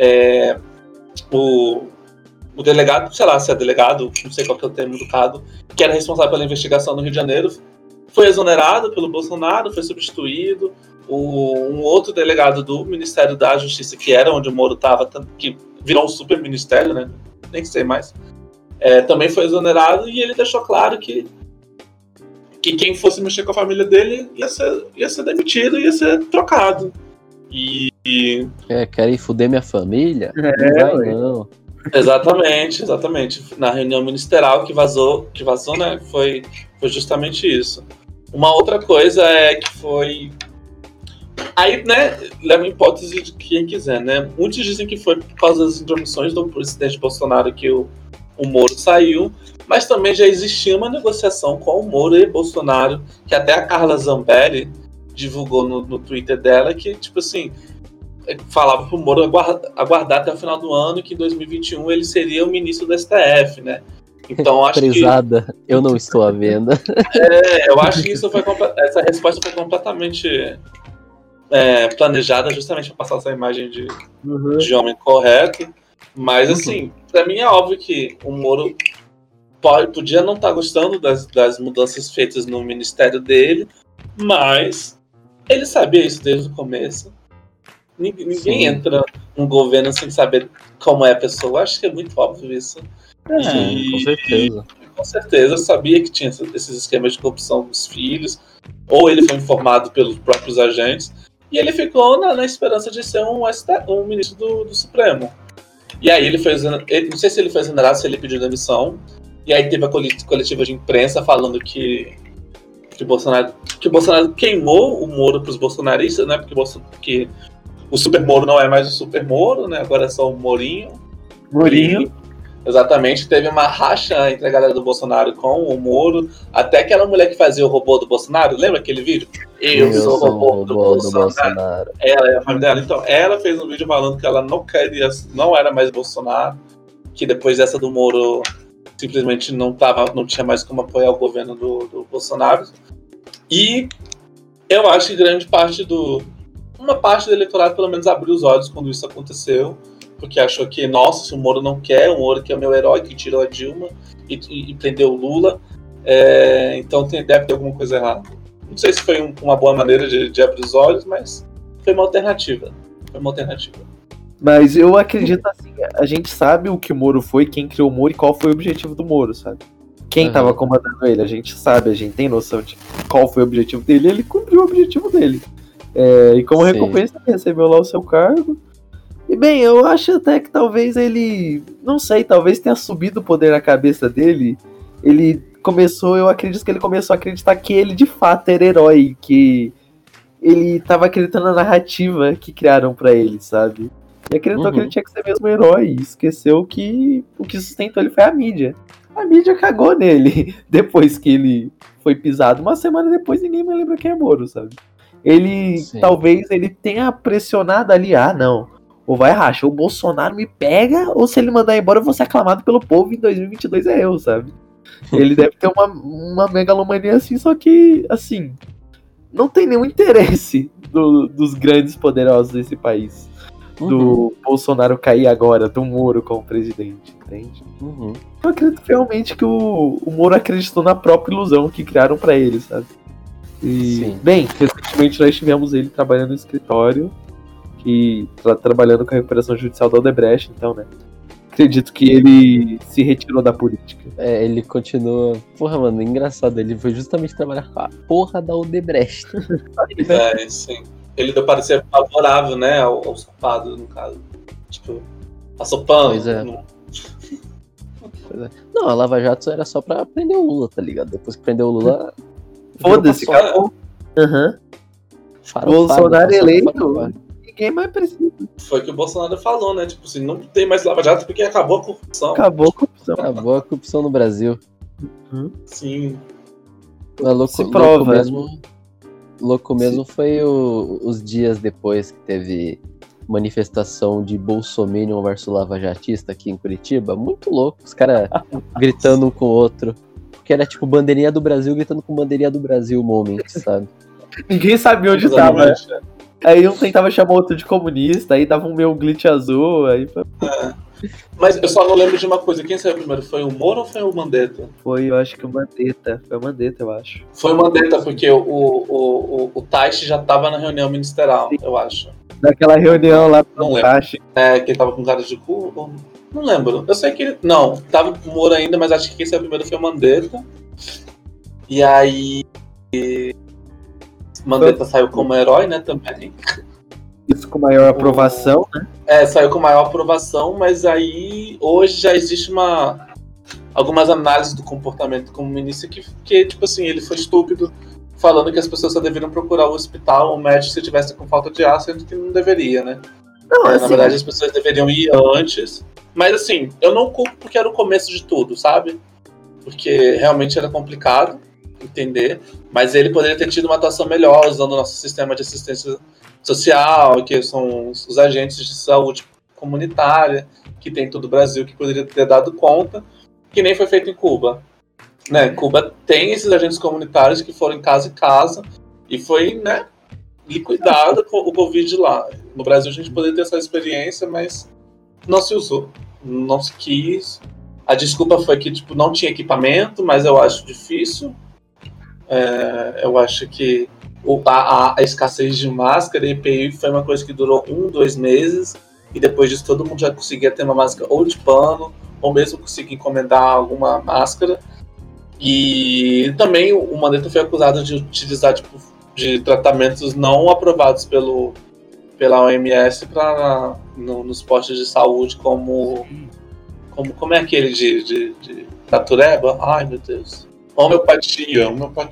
o delegado, sei lá se é delegado, não sei qual que é o termo do caso, que era responsável pela investigação no Rio de Janeiro, foi exonerado pelo Bolsonaro, foi substituído. Um outro delegado do Ministério da Justiça, que era onde o Moro estava, que virou um super ministério, né? Nem sei mais, também foi exonerado, e ele deixou claro que quem fosse mexer com a família dele ia ser demitido, ia ser trocado. Querem fuder minha família? Não vai, não. Exatamente. Na reunião ministerial que vazou, né, foi justamente isso. Uma outra coisa é que foi... Aí, né, leva a hipótese de quem quiser, né? Muitos dizem que foi por causa das intromissões do presidente Bolsonaro que o o Moro saiu, mas também já existia uma negociação com o Moro e Bolsonaro, que até a Carla Zambelli divulgou no Twitter dela, que, tipo assim, falava pro Moro aguardar até o final do ano, que em 2021 ele seria o ministro do STF, né? Então, acho Prezada, eu não estou à venda. eu acho que essa resposta foi completamente planejada, justamente para passar essa imagem de homem correto. Mas, assim, para mim é óbvio que o Moro podia não estar gostando das mudanças feitas no ministério dele, mas ele sabia isso desde o começo. Ninguém entra num governo sem saber como é a pessoa. Acho que é muito óbvio isso. Com certeza. Com certeza, eu sabia que tinha esses esquemas de corrupção dos filhos, ou ele foi informado pelos próprios agentes, e ele ficou na esperança de ser um ministro do Supremo. E aí ele não sei se ele foi exonerado, se ele pediu demissão, e aí teve a coletiva de imprensa falando que o Bolsonaro queimou o Moro para os bolsonaristas, né? Porque o Super Moro não é mais o Super Moro, né? Agora é só o Morinho. Exatamente, teve uma racha entre a galera do Bolsonaro com o Moro, até aquela mulher que fazia o robô do Bolsonaro, lembra aquele vídeo? Eu sou o robô do Bolsonaro. Ela é a família dela. Então, ela fez um vídeo falando que ela não era mais Bolsonaro, que depois dessa do Moro simplesmente não tinha mais como apoiar o governo do Bolsonaro. E eu acho que uma parte do eleitorado pelo menos abriu os olhos quando isso aconteceu, porque achou que, nossa, se o Moro não quer, o Moro que é o meu herói, que tirou a Dilma e prendeu o Lula, então deve ter alguma coisa errada. Não sei se foi uma boa maneira de abrir os olhos, mas foi uma alternativa. Mas eu acredito assim, a gente sabe o que o Moro foi, quem criou o Moro e qual foi o objetivo do Moro, sabe? Quem estava comandando ele, a gente sabe, a gente tem noção de qual foi o objetivo dele, ele cumpriu o objetivo dele. E como recompensa ele recebeu lá o seu cargo. E bem, eu acho até que talvez ele, não sei, talvez tenha subido o poder na cabeça dele. Eu acredito que ele começou a acreditar que ele de fato era herói, que ele tava acreditando na narrativa que criaram pra ele, sabe? E acreditou que ele tinha que ser mesmo um herói, e esqueceu que o que sustentou ele foi a mídia. A mídia cagou nele depois que ele foi pisado. Uma semana depois ninguém mais lembra quem é Moro, sabe? Talvez ele tenha pressionado ali, não. Ou vai racha, o Bolsonaro me pega, ou se ele mandar embora eu vou ser aclamado pelo povo em 2022 é eu, sabe? Ele deve ter uma megalomania assim, só que, assim, não tem nenhum interesse dos grandes poderosos desse país. Do Bolsonaro cair agora, do Moro como presidente, entende? Eu acredito realmente que o Moro acreditou na própria ilusão que criaram pra ele, sabe? Bem, recentemente nós tivemos ele trabalhando no escritório, trabalhando com a recuperação judicial da Odebrecht, então, né? Acredito que ele se retirou da política. Ele continua... Porra, mano, engraçado, ele foi justamente trabalhar com a porra da Odebrecht. Sim. Ele deu parecer favorável, né, aos culpados, no caso. Tipo, passou pano. Pois é. Não, a Lava Jato era só pra prender o Lula, tá ligado? Depois que prendeu o Lula... Foda-se, acabou. Bolsonaro eleito... Ninguém mais precisa. Foi o que o Bolsonaro falou, né? Tipo assim, não tem mais Lava Jato porque acabou a corrupção. Acabou a corrupção no Brasil. Sim. Se prova. Louco mesmo foi os dias depois que teve manifestação de Bolsominion versus Lava Jatista aqui em Curitiba. Muito louco, os caras gritando um com o outro. Porque era tipo bandeirinha do Brasil gritando com bandeirinha do Brasil moment, sabe? Ninguém sabia onde tava. Aí um tentava chamar outro de comunista, aí dava um meu glitch azul, aí... Mas eu só não lembro de uma coisa, quem saiu primeiro? Foi o Moro ou foi o Mandetta? Eu acho que o Mandetta. Foi o Mandetta, eu acho. Foi o Mandetta, porque o Taishi já tava na reunião ministerial, eu acho. Naquela reunião lá pro Taishi. Que ele tava com cara de cu, não lembro. Eu sei que ele... Não, tava com o Moro ainda, mas acho que quem saiu primeiro foi o Mandetta. E aí... Mandetta saiu como herói, né, também. Isso com maior aprovação, né? Saiu com maior aprovação, mas aí hoje já existe algumas análises do comportamento como ministro que tipo assim, ele foi estúpido falando que as pessoas só deveriam procurar o hospital, o médico se tivesse com falta de ar, sendo que não deveria, né? Não, Na verdade, as pessoas deveriam ir antes Mas assim, eu não culpo porque era o começo de tudo, sabe? Porque realmente era complicado entender, mas ele poderia ter tido uma atuação melhor usando o nosso sistema de assistência social, que são os agentes de saúde comunitária, que tem em todo o Brasil, que poderia ter dado conta, que nem foi feito em Cuba. Né? Cuba tem esses agentes comunitários que foram em casa e foi, né, liquidado o Covid lá. No Brasil a gente poderia ter essa experiência, mas não se usou, não se quis. A desculpa foi que tipo, não tinha equipamento, mas eu acho difícil. Eu acho que a escassez de máscara e EPI foi uma coisa que durou 1-2 meses, e depois disso todo mundo já conseguia ter uma máscara ou de pano, ou mesmo conseguir encomendar alguma máscara. E também o Mandetta foi acusado de utilizar tipo, de tratamentos não aprovados pela OMS nos postos de saúde, como é aquele de natureba? Ai, meu Deus. Homeopatia.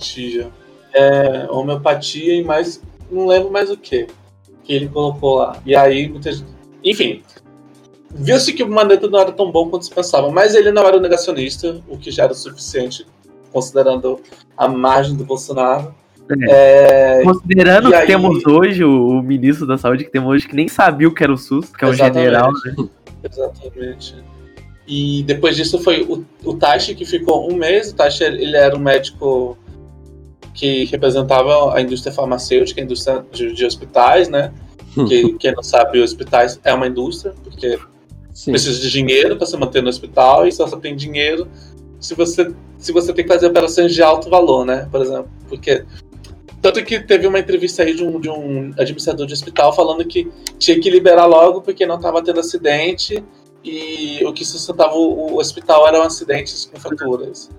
Homeopatia e mais, não lembro mais o que ele colocou lá. E aí, muita gente... Enfim, viu-se que o Mandetta não era tão bom quanto se pensava, mas ele não era um negacionista, o que já era o suficiente, considerando a margem do Bolsonaro. Considerando que temos hoje o ministro da Saúde que temos hoje, que nem sabia o que era o SUS, que é um general, né? Exatamente. E depois disso foi o Taishi, que ficou um mês. O Taishi, ele era um médico que representava a indústria farmacêutica, a indústria de hospitais, né? Que quem não sabe, hospitais é uma indústria, porque precisa de dinheiro para se manter no hospital, e só tem dinheiro se você tem que fazer operações de alto valor, né? Por exemplo, porque... Tanto que teve uma entrevista aí de um administrador de hospital falando que tinha que liberar logo porque não estava tendo acidente, e o que sustentava o hospital eram acidentes com fraturas.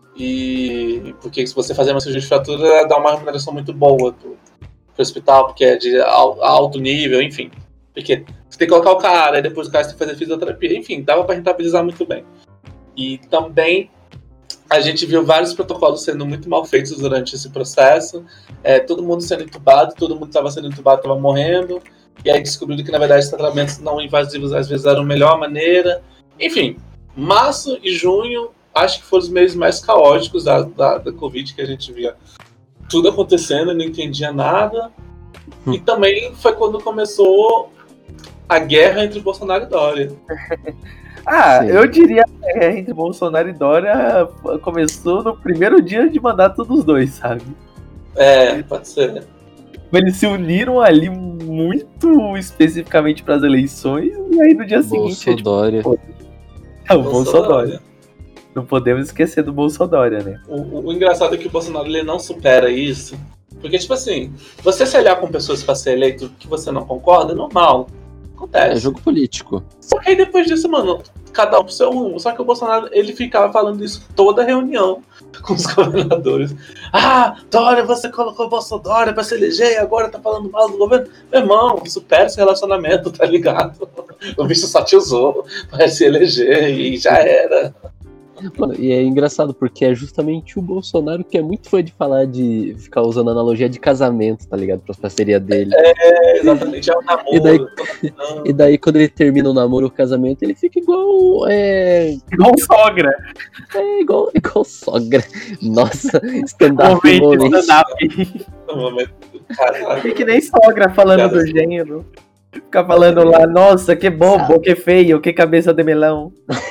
E porque se você fazer uma cirurgia de fratura, dá uma remuneração muito boa pro hospital, porque é de alto nível, enfim. Porque você tem que colocar o cara, e depois o cara tem que fazer fisioterapia, enfim, dava para rentabilizar muito bem. E também a gente viu vários protocolos sendo muito mal feitos durante esse processo, todo mundo sendo entubado, todo mundo que estava sendo entubado estava morrendo, e aí descobriram que na verdade os tratamentos não invasivos às vezes eram a melhor maneira. Enfim, março e junho acho que foram os meses mais caóticos da Covid, que a gente via tudo acontecendo e não entendia nada. E também foi quando começou a guerra entre Bolsonaro e Dória. Sim. Eu diria que a guerra entre Bolsonaro e Dória começou no primeiro dia de mandato dos dois, sabe? Pode ser. Eles se uniram ali muito especificamente para as eleições, e aí no dia seguinte... Bolsodória. O Bolsodória. Não podemos esquecer do Bolsodória, né? O engraçado é que o Bolsonaro ele não supera isso. Porque, tipo assim, você se aliar com pessoas para ser eleito que você não concorda é normal. Acontece. É jogo político. Só que aí depois disso, mano, cada um pro seu rumo. Só que o Bolsonaro, ele ficava falando isso toda reunião com os governadores. Dória, você colocou o Bolsonaro pra se eleger e agora tá falando mal do governo. Meu irmão, supera esse relacionamento, tá ligado? O bicho só te usou pra se eleger e já era. Mano, e é engraçado porque é justamente o Bolsonaro que é muito fã de de ficar usando analogia de casamento, tá ligado? Pra parceria dele. Exatamente, é o namoro. E daí quando ele termina o namoro ou o casamento, ele fica igual. Igual sogra. Igual sogra. Nossa, stand-up. Fica que nem sogra falando do gênero. Fica falando lá, nossa, que bobo, que feio, que cabeça de melão.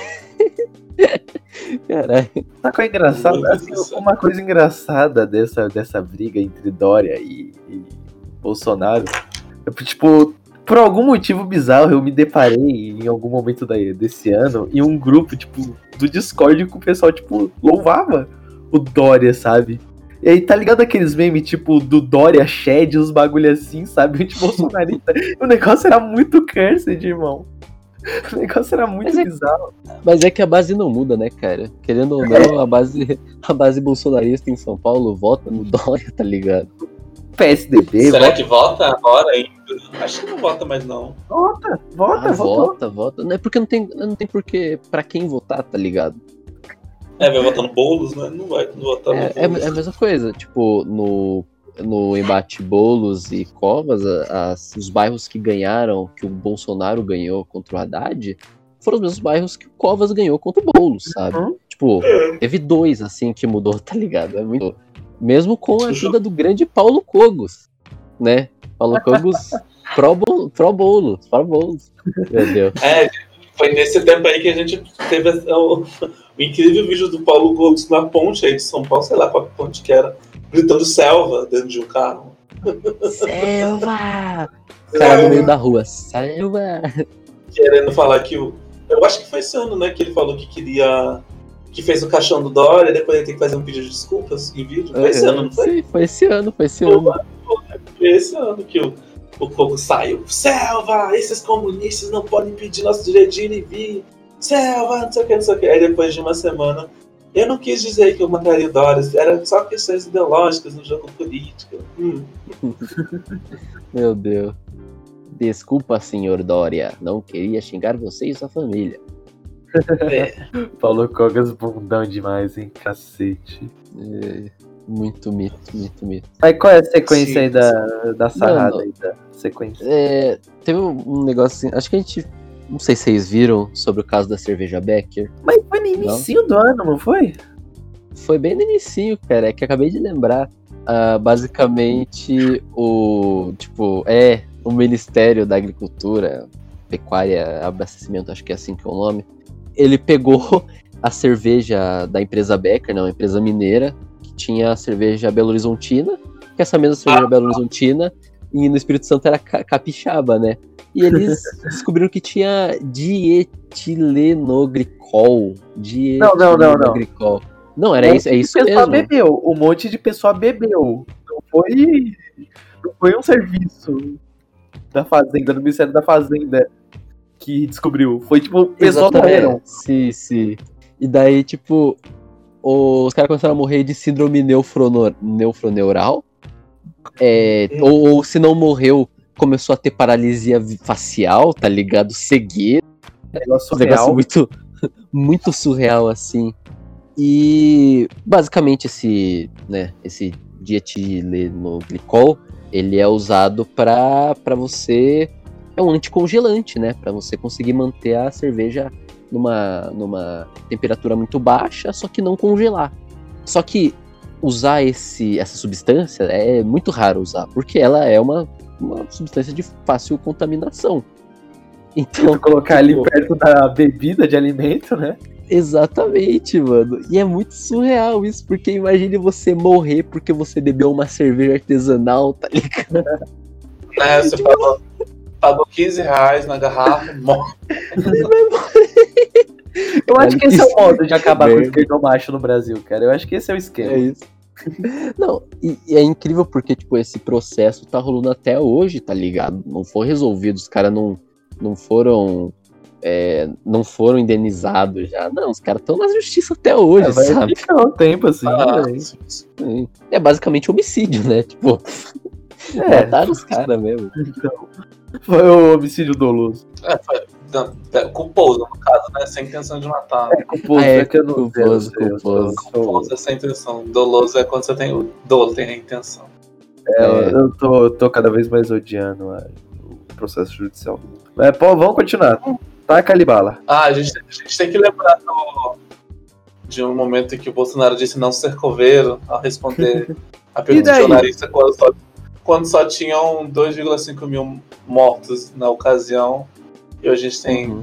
Caralho. Uma coisa engraçada dessa briga entre Dória e Bolsonaro, tipo, por algum motivo bizarro eu me deparei em algum momento desse ano em um grupo, tipo, do Discord que o pessoal, tipo, louvava o Dória, sabe? E aí, tá ligado aqueles memes, tipo, do Dória Shed, os bagulho assim, sabe? Tipo, bolsonarista. O negócio era muito cursed, irmão. O negócio era muito bizarro. Mas é que a base não muda, né, cara? Querendo ou não, a base bolsonarista em São Paulo vota no Dória, tá ligado? PSDB. Será que vota agora ainda? Acho que não vota mais, não. Vota. Não é porque não tem porque pra quem votar, tá ligado? Vai votar no Boulos, né? Não vai votar no Boulos. É a mesma coisa, tipo, no embate Boulos e Covas, os bairros que ganharam, que o Bolsonaro ganhou contra o Haddad, foram os mesmos bairros que o Covas ganhou contra o Boulos, sabe? Tipo, teve 2, assim, que mudou, tá ligado? É muito... Mesmo com a ajuda do grande Paulo Cogos, né? Paulo Cogos pro Boulos. Meu Deus. Foi nesse tempo aí que a gente teve o incrível vídeo do Paulo Cogos na ponte aí de São Paulo, sei lá qual ponte que era, gritando selva dentro de um carro. Selva! Cara no meio da rua, selva! Querendo falar que eu acho que foi esse ano, né, que ele falou que queria... Que fez o caixão do Dória, depois ele tem que fazer um pedido de desculpas em vídeo. Foi esse ano, não foi? Sim, foi esse ano. Foi esse ano que o Cogo saiu. Selva! Esses comunistas não podem impedir nosso direito de ir e vir. Selva! Não sei o que. Aí depois de uma semana, eu não quis dizer que eu mataria o Dória. Era só questões ideológicas no jogo político. Meu Deus. Desculpa, senhor Dória. Não queria xingar você e sua família. Paulo Cogos bundão demais, hein? Cacete. Muito mito. Aí qual é a sequência aí da sarrada aí da sequência? Teve um negócio assim, acho que a gente... Não sei se vocês viram sobre o caso da cerveja Becker. Mas foi no inicinho do ano, não foi? Foi bem no inicinho, cara. É que acabei de lembrar. Basicamente, o Ministério da Agricultura, Pecuária, Abastecimento, acho que é assim que é o nome. Ele pegou a cerveja da empresa Becker, né, uma empresa mineira, que tinha a cerveja Belo Horizontina, que essa mesma cerveja Belo Horizontina, e no Espírito Santo era capixaba, né? E eles descobriram que tinha dietilenoglicol. Não, era isso, é isso mesmo. Bebeu, um monte de pessoa bebeu. Não foi um serviço da Fazenda, do Ministério da Fazenda, que descobriu. Foi tipo, pessoal morreram. Sim. E daí, tipo, os caras começaram a morrer de síndrome neufroneural. Ou se não morreu, começou a ter paralisia facial, tá ligado? Cegueira. Negócio muito, muito surreal, assim. E basicamente esse dietilenoglicol, ele é usado para você... É um anticongelante, né? Para você conseguir manter a cerveja numa temperatura muito baixa, só que não congelar. Só que usar essa substância é muito raro usar, porque ela é uma substância de fácil contaminação. Então, colocar ali perto da bebida de alimento, né? Exatamente, mano. E é muito surreal isso, porque imagine você morrer porque você bebeu uma cerveja artesanal, tá ligado? Você pagou R$15 na garrafa, morre. Eu acho que esse é o modo de acabar com o esquerdomacho no Brasil, cara. Eu acho que esse é o esquema. É isso. Não, e é incrível porque, tipo, esse processo tá rolando até hoje, tá ligado? Não foi resolvido, os caras não foram indenizados já. Não, os caras estão na justiça até hoje, vai sabe? ficar um tempo assim. É basicamente homicídio, né? Tipo, mataram os caras mesmo. Então, foi o homicídio doloso. Culposo, no caso, né? Sem intenção de matar. Culposo, que eu não culposo. Culposo é sem intenção. Doloso é quando você tem o dolo, tem a intenção. Eu tô cada vez mais odiando o processo judicial. Mas, vamos continuar. Taca ali bala. A gente tem que lembrar de um momento em que o Bolsonaro disse não ser coveiro ao responder a pergunta do jornalista quando só tinham 2,5 mil mortos na ocasião e hoje a gente tem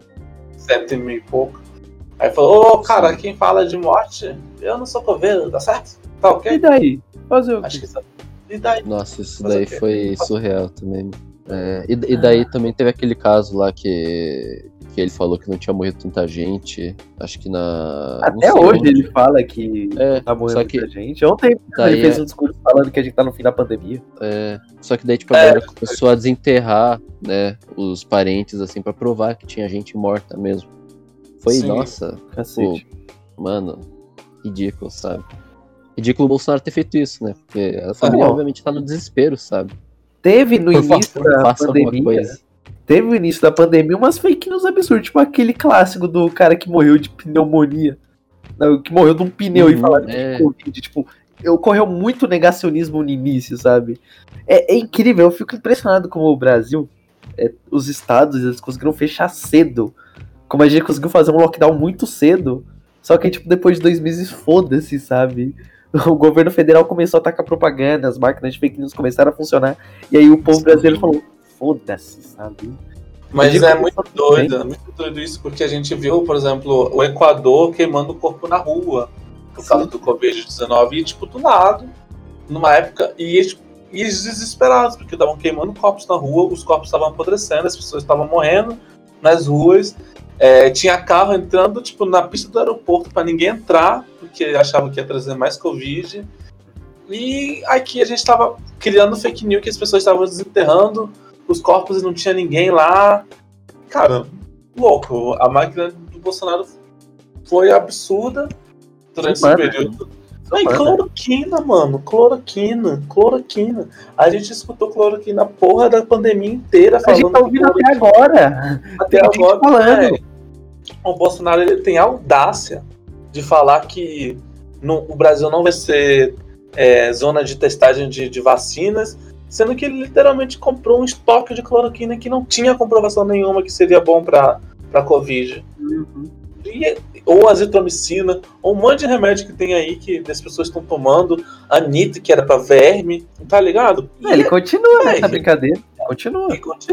7 mil e pouco. Aí falou, cara, quem fala de morte, eu não sou coveiro, tá certo? Tá ok? E daí? Fazer o quê? Acho que isso. E daí? Nossa, isso daí foi surreal também. E daí também teve aquele caso lá que ele falou que não tinha morrido tanta gente. Acho que até hoje ele fala que tá morrendo muita gente. Ontem ele fez um discurso falando que a gente tá no fim da pandemia. Só que daí, tipo, a galera começou a desenterrar, né, os parentes, assim, pra provar que tinha gente morta mesmo. Foi, nossa, cacete. Pô, mano, ridículo, sabe? Ridículo o Bolsonaro ter feito isso, né? Porque a família, obviamente, tá no desespero, sabe? Teve no início da pandemia. Teve no início da pandemia umas fake news absurdas, tipo aquele clássico do cara que morreu de pneumonia. Que morreu de um pneu e falaram de Covid. Tipo, ocorreu muito negacionismo no início, sabe? É incrível, eu fico impressionado como o Brasil, os estados, eles conseguiram fechar cedo como a gente conseguiu fazer um lockdown muito cedo, só que, tipo, depois de 2 meses, foda-se, sabe? O governo federal começou a atacar propaganda, as máquinas de fake news começaram a funcionar, e aí o povo brasileiro falou, foda-se, sabe? Mas é muito doido isso, porque a gente viu, por exemplo, o Equador queimando o corpo na rua por causa do Covid-19, e tipo, do lado, numa época, e eles desesperados, porque estavam queimando corpos na rua, os corpos estavam apodrecendo, as pessoas estavam morrendo nas ruas, tinha carro entrando tipo, na pista do aeroporto para ninguém entrar, porque achavam que ia trazer mais Covid, e aqui a gente estava criando fake news que as pessoas estavam desenterrando os corpos e não tinha ninguém lá. Cara, louco, a máquina do Bolsonaro foi absurda durante esse período. Cloroquina, mano, cloroquina. A gente escutou cloroquina a porra da pandemia inteira falando. A gente tá ouvindo até agora. Até agora, falando. O Bolsonaro, ele tem a audácia de falar que o Brasil não vai ser zona de testagem de vacinas, sendo que ele literalmente comprou um estoque de cloroquina que não tinha comprovação nenhuma que seria bom pra Covid. Ou azitromicina, ou um monte de remédio que tem aí que as pessoas estão tomando, Anitta, que era pra verme, tá ligado? Ele continua nessa brincadeira. Continua.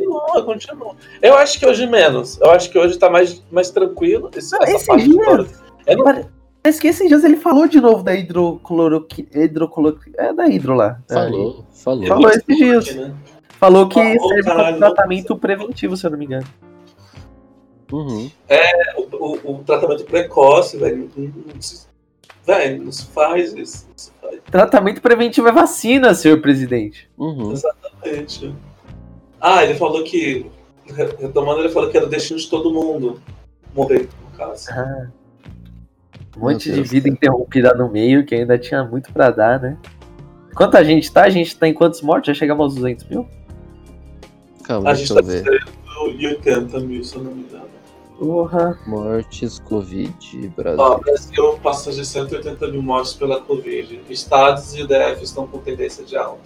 Eu acho que hoje menos. Eu acho que hoje tá mais tranquilo. Essa parte Parece que esses dias ele falou de novo da hidrocloroquina. É da hidro lá. Falou esses dias. Né? Falou que serve como tratamento preventivo, se eu não me engano. Uhum. O tratamento precoce, velho. Não se faz isso. Tratamento preventivo é vacina, senhor presidente. Uhum. Exatamente. Ele falou que. Retomando, ele falou que era o destino de todo mundo morrer, no caso. Um monte de vida interrompida no meio, que ainda tinha muito pra dar, né? Quanta gente tá? A gente tá em quantos mortos? Já chegamos aos 200 mil? Calma, a gente tá em 80 mil, se eu não me engano. Porra. Mortes Covid, Brasil. O Brasil passa de 180 mil mortes pela Covid. Estados e o DF estão com tendência de alta.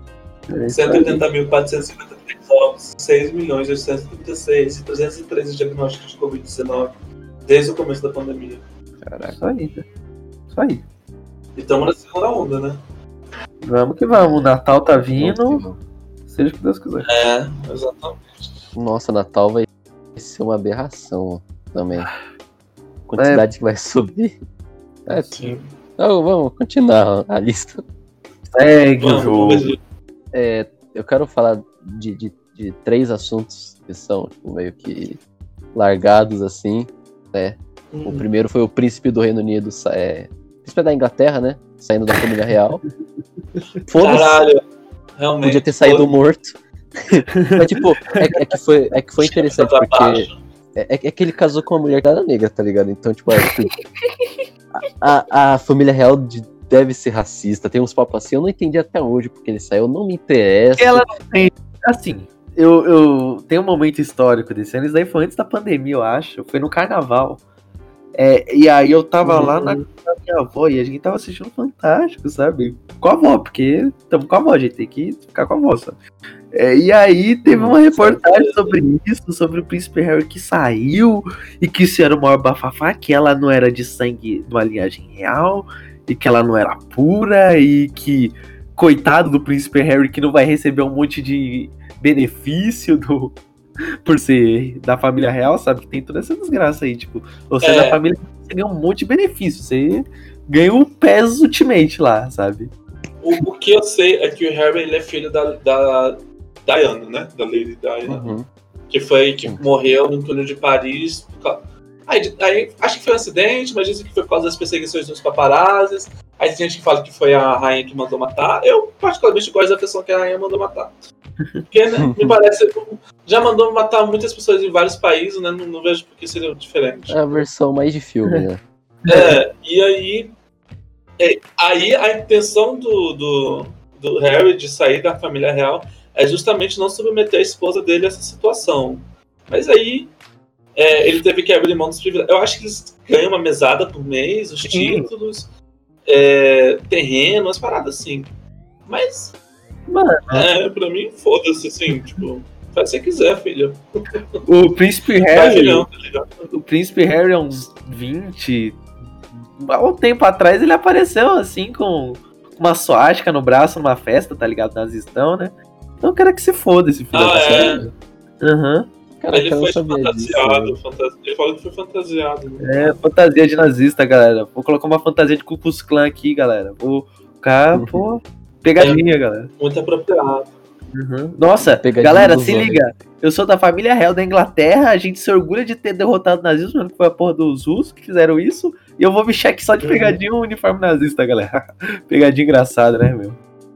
180.453 óbitos, 6.836 e 313 diagnósticos de Covid-19 desde o começo da pandemia. Caraca. Isso aí. E estamos na segunda onda, né? Vamos que vamos. O Natal tá vindo. Seja o que Deus quiser. Exatamente. Nossa, Natal vai ser uma aberração também. Quantidade que vai subir. Sim. Então, vamos continuar a lista. Segue o jogo. Eu quero falar de 3 assuntos que são tipo, meio que largados assim, né? O primeiro foi o príncipe do Reino Unido, príncipe da Inglaterra, né? Saindo da família real. Foda-se. Caralho, realmente. Podia ter saído morto. Mas, tipo, é que foi interessante, porque é que ele casou com uma mulher que era negra, tá ligado? Então, tipo, a família real deve ser racista. Tem uns papos assim, eu não entendi até hoje porque ele saiu, não me interessa. Ela não tem. Assim, eu tenho um momento histórico desse ano, isso daí foi antes da pandemia, eu acho. Foi no carnaval. E aí eu tava lá na minha avó e a gente tava assistindo Fantástico, sabe? Com a avó, porque estamos com a avó, a gente tem que ficar com a avó, sabe? E aí teve uma reportagem sobre isso, sobre o príncipe Harry que saiu e que isso era o maior bafafá, que ela não era de sangue de uma linhagem real e que ela não era pura e que, coitado do príncipe Harry que não vai receber um monte de benefício por ser da família real, sabe? Que tem toda essa desgraça aí, tipo, você é da família, você ganha um monte de benefício, você ganha um PES Ultimate lá, sabe? O que eu sei é que o Harry ele é filho da Diana, né? Da Lady Diana. Uhum. Que morreu no túnel de Paris. Aí, acho que foi um acidente, mas dizem que foi por causa das perseguições dos paparazzis. Aí tem gente que fala que foi a rainha que mandou matar. Eu, particularmente, gosto da versão que a rainha mandou matar. Porque, né, me parece... Já mandou matar muitas pessoas em vários países, né? Não vejo por que seria diferente. É a versão mais de filme, né? E aí... Aí a intenção do Harry de sair da família real é justamente não submeter a esposa dele a essa situação. Mas aí ele teve que abrir mão dos privilégios. Eu acho que eles ganham uma mesada por mês, os títulos, terreno, umas paradas assim. Mas, mano, pra mim, foda-se, assim, tipo... Faz o que você quiser, filho. O Príncipe Tá Harry. filhão, tá ligado? O Príncipe Harry, há uns 20. Há um tempo atrás, ele apareceu assim com uma suástica no braço numa festa, tá ligado? Nazistão, né? Então eu quero que se foda esse filho da é? Aham. Cara, Ele eu não foi sabia disso. fantasiado. Ele falou que foi fantasiado. Né? É, fantasia de nazista, galera. Vou colocar uma fantasia de Ku Klux Klan aqui, galera. O cara, pô, pegadinha, galera. Muito apropriado. Uhum. Nossa, Pegadinha galera, dos se homens. liga. Eu sou da família real da Inglaterra. A gente se orgulha de ter derrotado o nazismo, mano, que foi a porra dos russos que fizeram isso. E eu vou vestir aqui só de pegadinha um uniforme nazista, galera. Pegadinha engraçada, né, meu?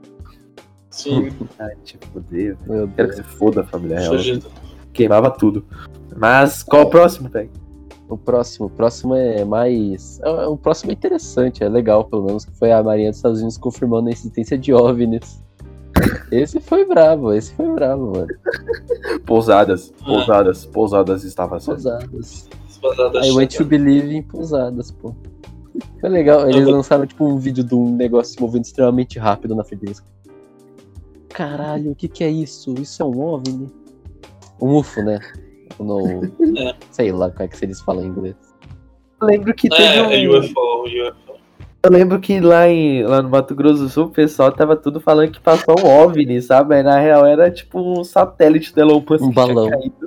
Sim. Ai, te foder. Meu Quero que Deus. se foda a família real. Fugido. Queimava tudo. Mas qual o próximo, velho? O próximo é mais. O próximo é interessante, é legal, pelo menos, que foi a Marinha dos Estados Unidos confirmando a existência de OVNIs. Esse foi bravo, mano. Pousadas estava sendo. Pousadas. Pousadas I want to believe em pousadas, pô. Foi legal, eles lançaram tipo um vídeo de um negócio se movendo extremamente rápido na frente deles. Caralho, o que é isso? Isso é um OVNI? Um UFO, né? No... Sei lá como é que eles falam em inglês. Eu lembro que teve UFO. Eu lembro que lá no Mato Grosso do Sul o pessoal tava tudo falando que passou um OVNI, sabe? Aí na real era tipo um satélite da Elon Musk Um que tinha balão. caído.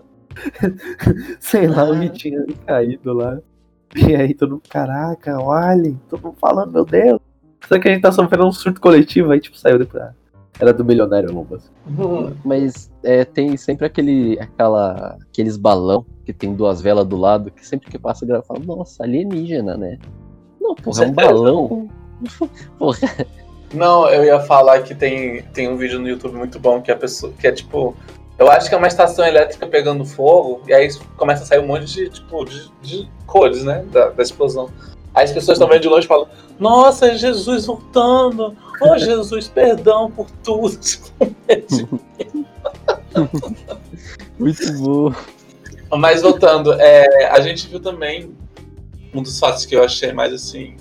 Sei lá, o que tinha caído lá. E aí todo mundo, caraca, o Alien, todo mundo falando, meu Deus. Só que a gente tá sofrendo um surto coletivo, aí tipo saiu depois. Era do milionário Elon Musk. Mas tem sempre aqueles balão que tem duas velas do lado, que sempre que passa a galera fala, nossa, alienígena, né? Não, porra, é um balão. Porra. Não, eu ia falar que tem um vídeo no YouTube muito bom que a pessoa. Que é tipo. Eu acho que é uma estação elétrica pegando fogo, e aí começa a sair um monte de cores, né? Da explosão. Aí as pessoas estão vendo de longe e falam, nossa, é Jesus voltando! Oh, Jesus, perdão por tudo. Muito bom. Mas voltando, a gente viu também um dos fatos que eu achei mais assim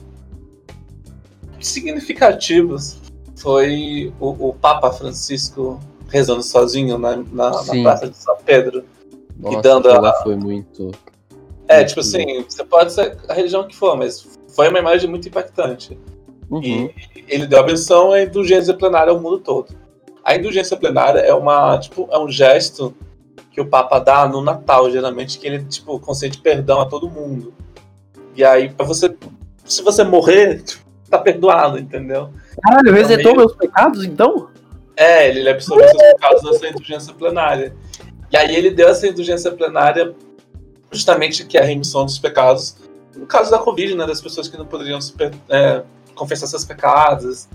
significativos foi o Papa Francisco rezando sozinho na Praça de São Pedro. Nossa, e dando aquilo lá foi muito... tipo assim, você pode ser a religião que for, mas foi uma imagem muito impactante. Uhum. E ele deu a benção à indulgência plenária ao mundo todo. A indulgência plenária é um gesto que o Papa dá no Natal, geralmente, que ele tipo concede perdão a todo mundo. E aí, se você morrer, tá perdoado, entendeu? Caralho, resetou meus pecados, então? Ele absorveu seus pecados nessa indulgência plenária. E aí ele deu essa indulgência plenária justamente que é a remissão dos pecados, no caso da Covid, né, das pessoas que não poderiam confessar seus pecados,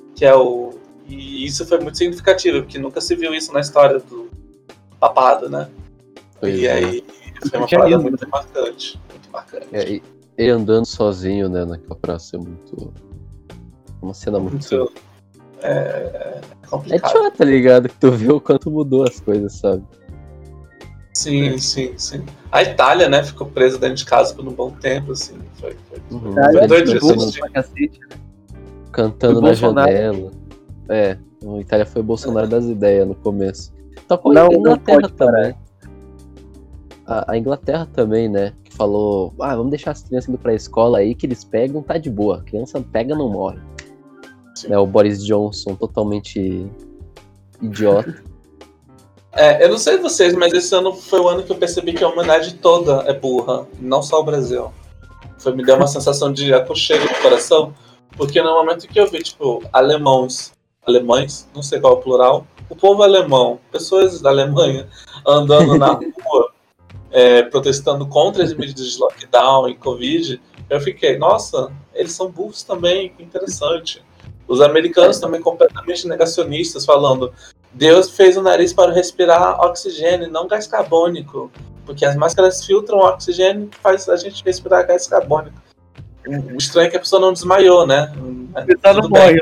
e isso foi muito significativo, porque nunca se viu isso na história do papado, né? E aí foi uma parada muito marcante. Muito marcante. Ele andando sozinho, né, naquela praça é muito... Uma cena muito... complicado. É chato, tá ligado? Que tu viu o quanto mudou as coisas, sabe? Sim. A Itália, né, ficou presa dentro de casa por um bom tempo, assim. Foi doido de assistir. Cantando na janela. A Itália foi o Bolsonaro das ideias no começo. Tocou a Inglaterra também. A Inglaterra também, né? Que falou, vamos deixar as crianças indo pra escola aí, que eles pegam, tá de boa. A criança pega, não morre. O Boris Johnson totalmente idiota. Eu não sei vocês, mas esse ano foi o ano que eu percebi que a humanidade toda é burra, não só o Brasil. Me deu uma sensação de aconchego no coração, porque no momento que eu vi, tipo, alemães, não sei qual é o plural, o povo alemão, pessoas da Alemanha, andando na rua, protestando contra as medidas de lockdown e Covid, eu fiquei, nossa, eles são burros também, que interessante. Os americanos também completamente negacionistas, falando Deus fez o nariz para respirar oxigênio, não gás carbônico, porque as máscaras filtram o oxigênio e faz a gente respirar gás carbônico. O estranho é que a pessoa não desmaiou, né? Tudo bem,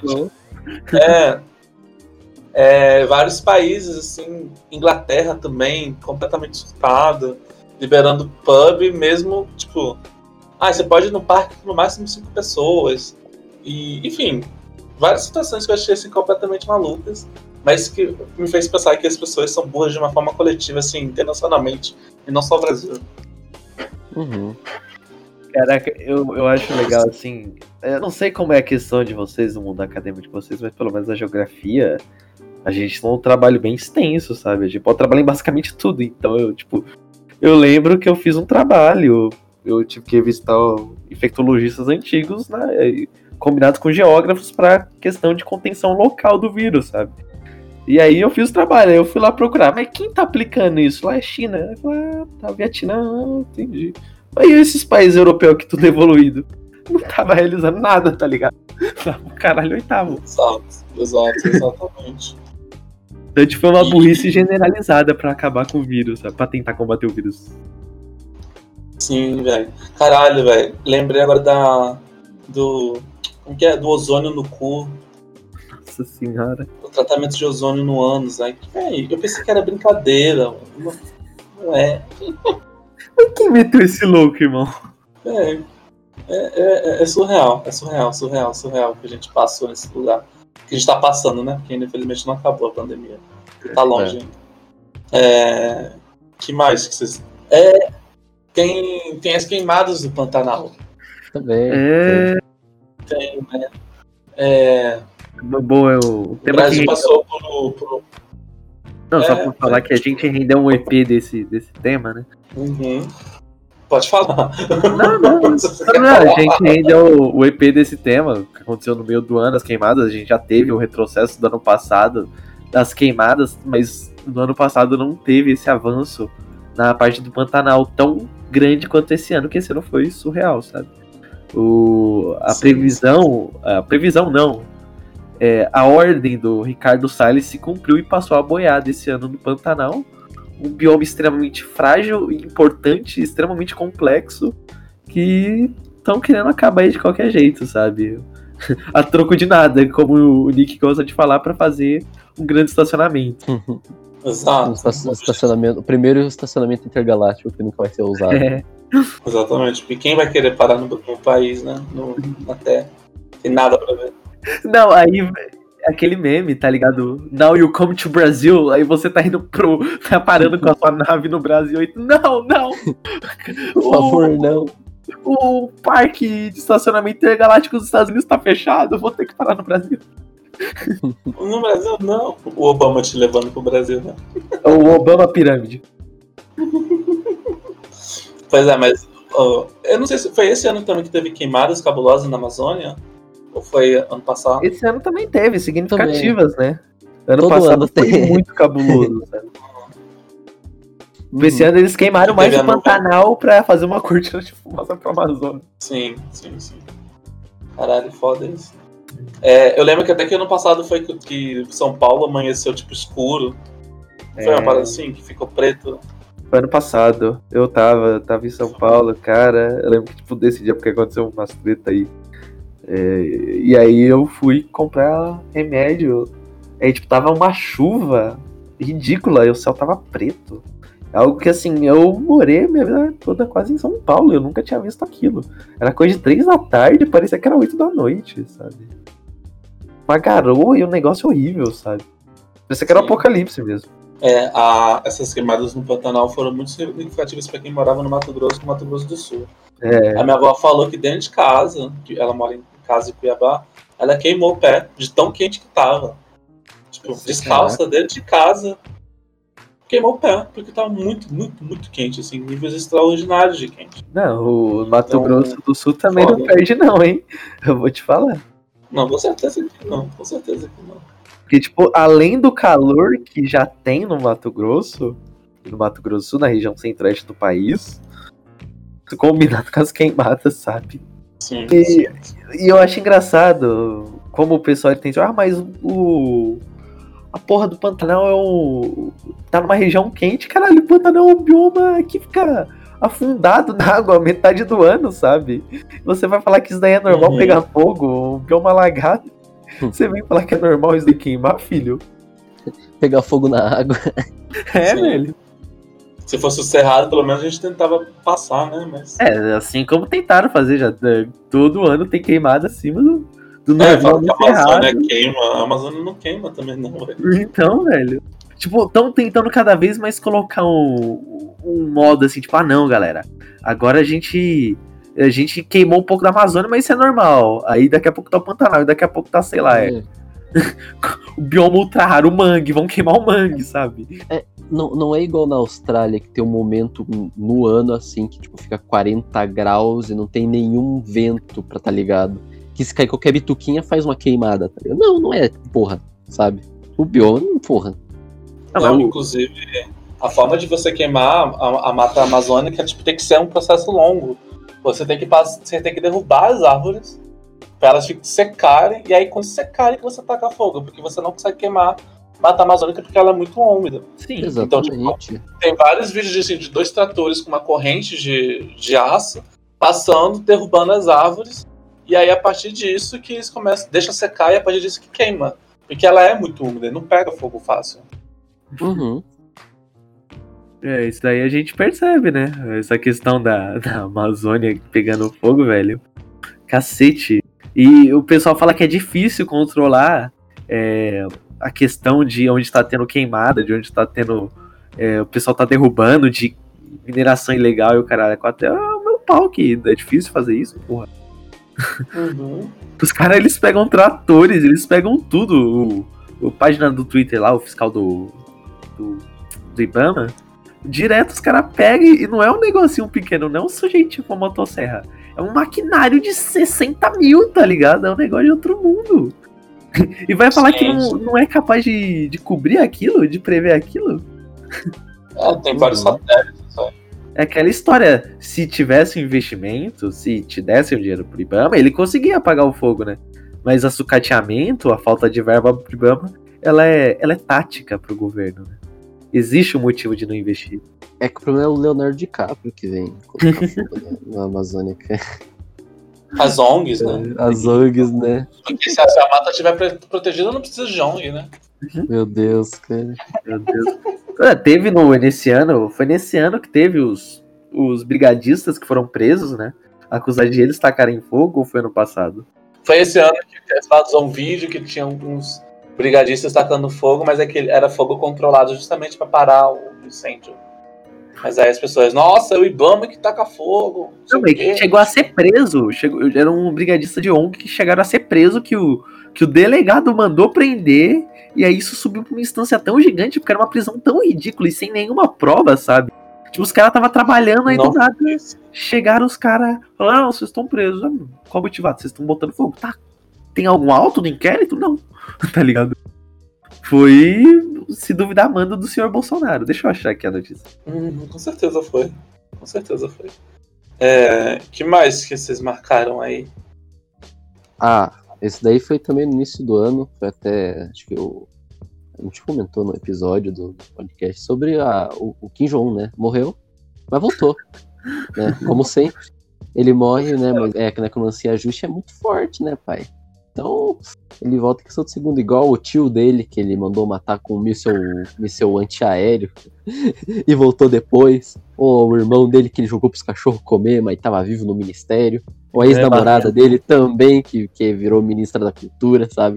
vários países, assim, Inglaterra também, completamente surtada, liberando pub mesmo, tipo, você pode ir no parque com no máximo 5 pessoas. E, enfim, várias situações que eu achei assim, completamente malucas. Mas que me fez pensar que as pessoas são burras de uma forma coletiva, assim, internacionalmente, e não só o Brasil. Uhum. Caraca, eu acho legal, assim. Eu não sei como é a questão de vocês, no mundo acadêmico de vocês, mas pelo menos a geografia, a gente tem um trabalho bem extenso, sabe? A gente pode trabalhar em basicamente tudo. Então, eu lembro que eu fiz um trabalho, eu tive que visitar infectologistas antigos, né? Combinados com geógrafos para questão de contenção local do vírus, sabe? E aí eu fiz o trabalho, aí eu fui lá procurar, mas quem tá aplicando isso? Lá é China. Eu falei, tá, Vietnã, entendi. Aí esses países europeus que tudo evoluído, não tava realizando nada, tá ligado? Caralho, oitavo. Exatamente. Então, tipo, foi uma burrice generalizada pra acabar com o vírus, sabe? Pra tentar combater o vírus. Sim, velho. Caralho, velho. Lembrei agora do ozônio no cu. Nossa senhora. O tratamento de ozônio no ânus, aí. Eu pensei que era brincadeira, mano. Não é. Mas quem meteu esse louco, irmão? É surreal que a gente passou nesse lugar. Que a gente tá passando, né? Porque infelizmente não acabou a pandemia. Tá longe ainda. Que mais que vocês. Tem as queimadas do Pantanal. Também. Tem, né? Bom, o Brasil passou por. Não, só pra falar que a gente rendeu um EP desse tema, né? Uhum. Pode falar. Não, a gente rendeu o EP desse tema, que aconteceu no meio do ano, as queimadas. A gente já teve o retrocesso do ano passado das queimadas, mas no ano passado não teve esse avanço na parte do Pantanal tão grande quanto esse ano, que esse ano foi surreal, sabe? A ordem do Ricardo Salles se cumpriu e passou a boiada esse ano no Pantanal. Um bioma extremamente frágil, importante, extremamente complexo, que estão querendo acabar aí de qualquer jeito, sabe? A troco de nada, como o Nick gosta de falar, para fazer um grande estacionamento. Exato. O primeiro estacionamento intergaláctico que nunca vai ser usado. Exatamente. Porque quem vai querer parar no país, né? Na Terra. Tem nada pra ver. Não, aí aquele meme, tá ligado? Now you come to Brazil, aí você tá indo tá parando com a sua nave no Brasil e não! Por favor, não. O parque de estacionamento intergaláctico dos Estados Unidos tá fechado, eu vou ter que parar no Brasil. No Brasil, não. O Obama te levando pro Brasil, né? O Obama Pirâmide. Pois é, mas eu não sei se foi esse ano também que teve queimadas cabulosas na Amazônia. Ou foi ano passado? Esse ano também teve, significativas, né? Ano Todo passado ano foi tem. muito cabuloso, sabe? Esse ano eles queimaram mais o Pantanal pra fazer uma cortina de fumaça pro Amazonas. Sim. Caralho, foda isso. Eu lembro que até que ano passado foi que São Paulo amanheceu tipo escuro. Foi uma parada assim, que ficou preto. Foi ano passado. Eu tava em São Paulo, cara. Eu lembro que tipo, desse dia porque aconteceu umas treta aí. E aí eu fui comprar remédio. Aí tipo, tava uma chuva ridícula e o céu tava preto. Algo que assim, eu morei minha vida toda quase em São Paulo. Eu nunca tinha visto aquilo. Era coisa de 3 da tarde, parecia que era 8 da noite, sabe? Uma garoa e um negócio horrível, sabe? Parecia que era um apocalipse mesmo. Essas queimadas no Pantanal foram muito significativas para quem morava no Mato Grosso do Sul. A minha avó falou que dentro de casa, que ela mora em casa em Cuiabá, ela queimou o pé de tão quente que tava. Tipo, descalça dentro de casa, queimou o pé, porque tava muito, muito, muito quente, assim, níveis extraordinários de quente. Não, o Mato Grosso do Sul também não perde não, hein? Eu vou te falar. Não, com certeza que não. Porque, tipo, além do calor que já tem no Mato Grosso do Sul, na região centro-oeste do país, combinado com as queimadas, sabe? Sim. E eu acho engraçado como o pessoal tem mas a porra do Pantanal tá numa região quente, caralho, o Pantanal é um bioma que fica afundado na água metade do ano, sabe? Você vai falar que isso daí é normal pegar fogo, um bioma alagado. Você vem falar que é normal isso de queimar, filho? Pegar fogo na água. Sim. Velho. Se fosse o cerrado, pelo menos a gente tentava passar, né? Mas... assim como tentaram fazer já. Todo ano tem queimada acima do normal que no a Amazônia cerrado. queima. A Amazônia não queima também, não, velho. Então, velho. Tipo, estão tentando cada vez mais colocar um modo assim, tipo, não, galera. Agora a gente queimou um pouco da Amazônia, mas isso é normal. Aí daqui a pouco tá o Pantanal, e daqui a pouco tá, sei lá, o bioma ultra raro, o mangue, vão queimar o mangue, sabe? Não é igual na Austrália, que tem um momento no ano assim, que tipo, fica 40 graus e não tem nenhum vento pra tá ligado. Que se cair qualquer bituquinha faz uma queimada, tá ligado? Não é, porra, sabe? O bioma, porra. Não, inclusive, a forma de você queimar a mata amazônica tipo, tem que ser um processo longo. Você tem que derrubar as árvores para elas secarem, e aí quando secarem que você taca fogo, porque você não consegue queimar mata amazônica porque ela é muito úmida. Sim, exatamente. Então, tipo, tem vários vídeos de 2 tratores com uma corrente de aço passando, derrubando as árvores, e aí a partir disso que eles começam, deixa secar, e a partir disso que queima, porque ela é muito úmida, não pega fogo fácil. Uhum. Isso daí a gente percebe, né? Essa questão da Amazônia pegando fogo, velho. Cacete. E o pessoal fala que é difícil controlar a questão de onde tá tendo queimada, de onde tá tendo... o pessoal tá derrubando de mineração ilegal e o caralho. Até o meu pau que é difícil fazer isso, porra. Uhum. Os caras, eles pegam tratores, eles pegam tudo. O página do Twitter lá, o fiscal do IBAMA, direto os caras pegam e não é um negocinho pequeno, não é um sujeitinho com a motosserra. É um maquinário de 60 mil, tá ligado? É um negócio de outro mundo. E vai falar que não é capaz de cobrir aquilo, de prever aquilo? Tem vários satélites, sabe? É aquela história, se tivesse um investimento, se te desse o dinheiro pro IBAMA, ele conseguia apagar o fogo, né? Mas a sucateamento, a falta de verba pro IBAMA, ela é tática pro governo, né? Existe um motivo de não investir. É que o problema é o Leonardo DiCaprio que vem colocar fogo na Amazônia. As ONGs, né? As ONGs, né? Porque se a mata estiver protegida, não precisa de ONG, né? Meu Deus, cara. Meu Deus. Foi nesse ano que teve os brigadistas que foram presos, né? Acusados de eles tacarem fogo, ou foi ano passado? Foi esse ano que vazou um vídeo que tinha alguns brigadistas tacando fogo, mas era fogo controlado justamente para parar o incêndio. Mas aí as pessoas, nossa, é o IBAMA que taca fogo. Não, mas chegou a ser preso. Era um brigadista de ONG que chegaram a ser preso, que o delegado mandou prender, e aí isso subiu pra uma instância tão gigante, porque era uma prisão tão ridícula e sem nenhuma prova, sabe? Tipo, os caras estavam trabalhando aí do nada. Chegaram os caras, falaram, não, vocês estão presos. Qual motivado? Vocês estão botando fogo? Tá. Tem algum auto no inquérito? Não. Tá ligado? Foi, se duvidar, mando do senhor Bolsonaro. Deixa eu achar aqui a notícia. Com certeza foi. Com certeza foi. Que mais que vocês marcaram aí? Esse daí foi também no início do ano. Foi até, acho que a gente comentou no episódio do podcast sobre o Kim Jong-un, né? Morreu, mas voltou. Né? Como sempre. Ele morre, né? Mas que a necromancia ajuste é muito forte, né, pai? Então, ele volta em questão de segundo, igual o tio dele, que ele mandou matar com um míssil antiaéreo e voltou depois. Ou o irmão dele, que ele jogou pros cachorros comer, mas tava vivo no ministério. Ou a ex-namorada dele também, que virou ministra da cultura, sabe?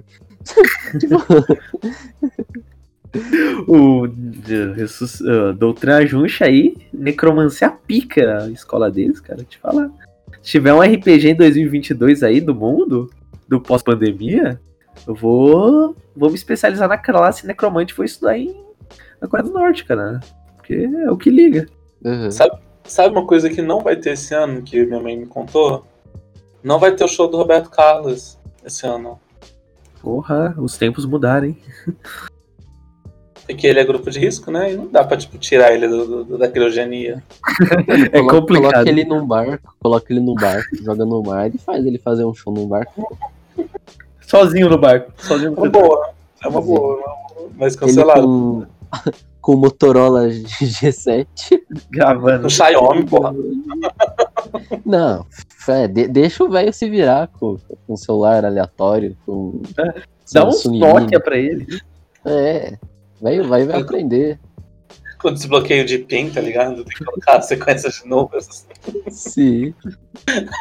O Doutrina Juncha aí, necromancia pica a escola deles, cara, te falar. Se tiver um RPG em 2022 aí do mundo, do pós-pandemia, eu vou me especializar na classe necromante, vou estudar na Coreia do Norte, cara, porque é o que liga. Uhum. Sabe uma coisa que não vai ter esse ano, que minha mãe me contou? Não vai ter o show do Roberto Carlos esse ano. Porra, os tempos mudaram, hein? Porque ele é grupo de risco, né? E não dá pra, tirar ele da criogenia. É complicado. Coloca ele num barco, joga no mar e faz ele fazer um show num barco. Sozinho no barco. É uma boa. Mas cancelado. Com o Motorola G7. Gravando. No Xiaomi, porra. Não, deixa o velho se virar com um celular aleatório. Dá uns Nokia pra ele. Vai aprender. Com desbloqueio de PIN, tá ligado? Tem que colocar a sequência de números. Sim.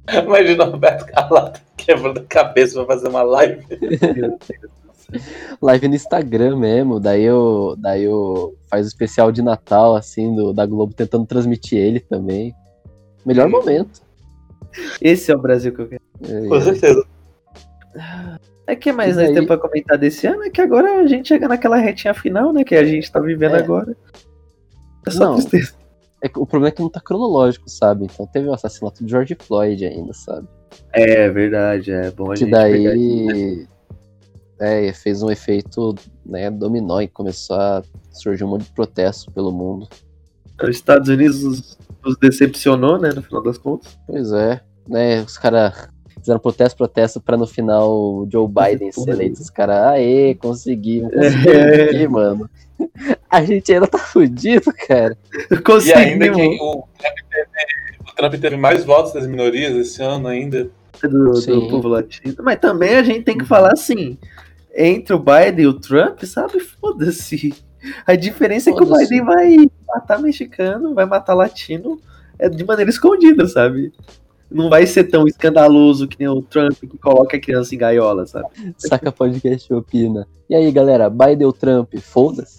Imagina o Roberto Carlota quebrando a cabeça pra fazer uma live. Live no Instagram mesmo, daí eu faz o especial de Natal, assim, da Globo, tentando transmitir ele também. Melhor momento. Esse é o Brasil que eu quero. Com certeza. É que mais nós temos pra comentar desse ano é que agora a gente chega naquela retinha final, né? Que a gente tá vivendo agora. É só tristeza. O problema é que não tá cronológico, sabe? Então teve o assassinato de George Floyd ainda, sabe? É verdade, é bom a gente daí fez um efeito, né, dominó e começou a surgir um monte de protesto pelo mundo. Os Estados Unidos nos decepcionou, né, no final das contas. Pois é, né, os caras fizeram protesto pra no final o Joe Biden ser eleito. Os caras, conseguimos aqui, mano. A gente ainda tá fudido, cara. E ainda que o Trump teve mais votos das minorias esse ano ainda. Do povo latino. Mas também a gente tem que falar assim, entre o Biden e o Trump, sabe? Foda-se. A diferença é que o Biden vai matar mexicano, vai matar latino de maneira escondida, sabe? Não vai ser tão escandaloso que nem o Trump que coloca a criança em gaiola, sabe? Saca podcast opina. E aí, galera, Biden ou Trump? Foda-se.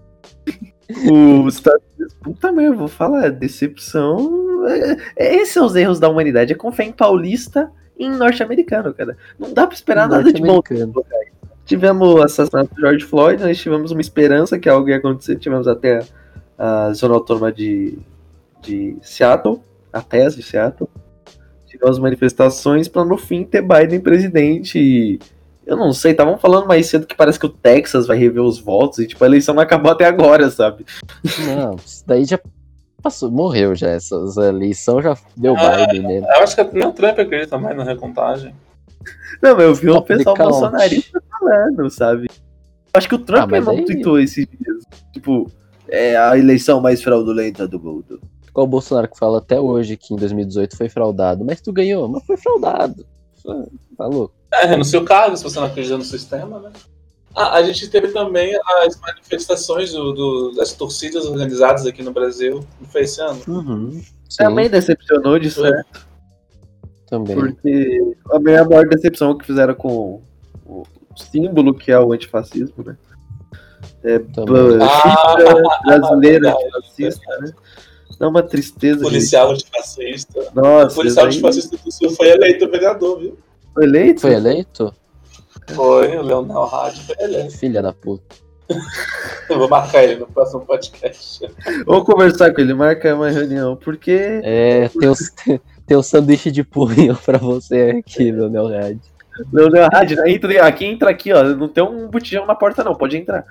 Os Estados Unidos, puta merda, vou falar, decepção. Esses são os erros da humanidade. É confiar em paulista e em norte-americano, cara. Não dá pra esperar nada de bom. Tivemos o assassinato de George Floyd, nós tivemos uma esperança que algo ia acontecer. Tivemos até a zona autônoma de Seattle, a tese de Seattle. Tivemos manifestações pra no fim ter Biden presidente e eu não sei, estavam falando mais cedo que parece que o Texas vai rever os votos e tipo, a eleição não acabou até agora, sabe? Não, isso daí já passou, morreu já, essa eleição já deu Biden nele. Eu acho que nem o Trump acredita mais na recontagem. Não, mas eu vi o pessoal bolsonarista falando, sabe? Eu acho que o Trump não tweetou esses dias. Tipo, é a eleição mais fraudulenta do mundo. Qual o Bolsonaro que fala até hoje que em 2018 foi fraudado? Mas tu ganhou, mas foi fraudado. Tá louco. Renuncia o cargo se você não acredita no sistema, né? A gente teve também as manifestações das torcidas organizadas aqui no Brasil. Não foi esse ano? Também decepcionou de certo. Também. Porque a minha maior decepção que fizeram com o símbolo que é o antifascismo, né? Brasileiro antifascista, né? Dá uma tristeza. Policial antifascista. Nossa, o policial antifascista do Sul foi eleito vereador, viu? Foi eleito? Foi eleito? Foi, o Leonel Rádio foi eleito. Filha da puta. Eu vou marcar ele no próximo podcast. Vou conversar com ele, marca uma reunião, porque... Tem um sanduíche de punho pra você aqui, Leonel Rádio. Leonel Rádio, entra aqui, ó. Não tem um botijão na porta não, pode entrar.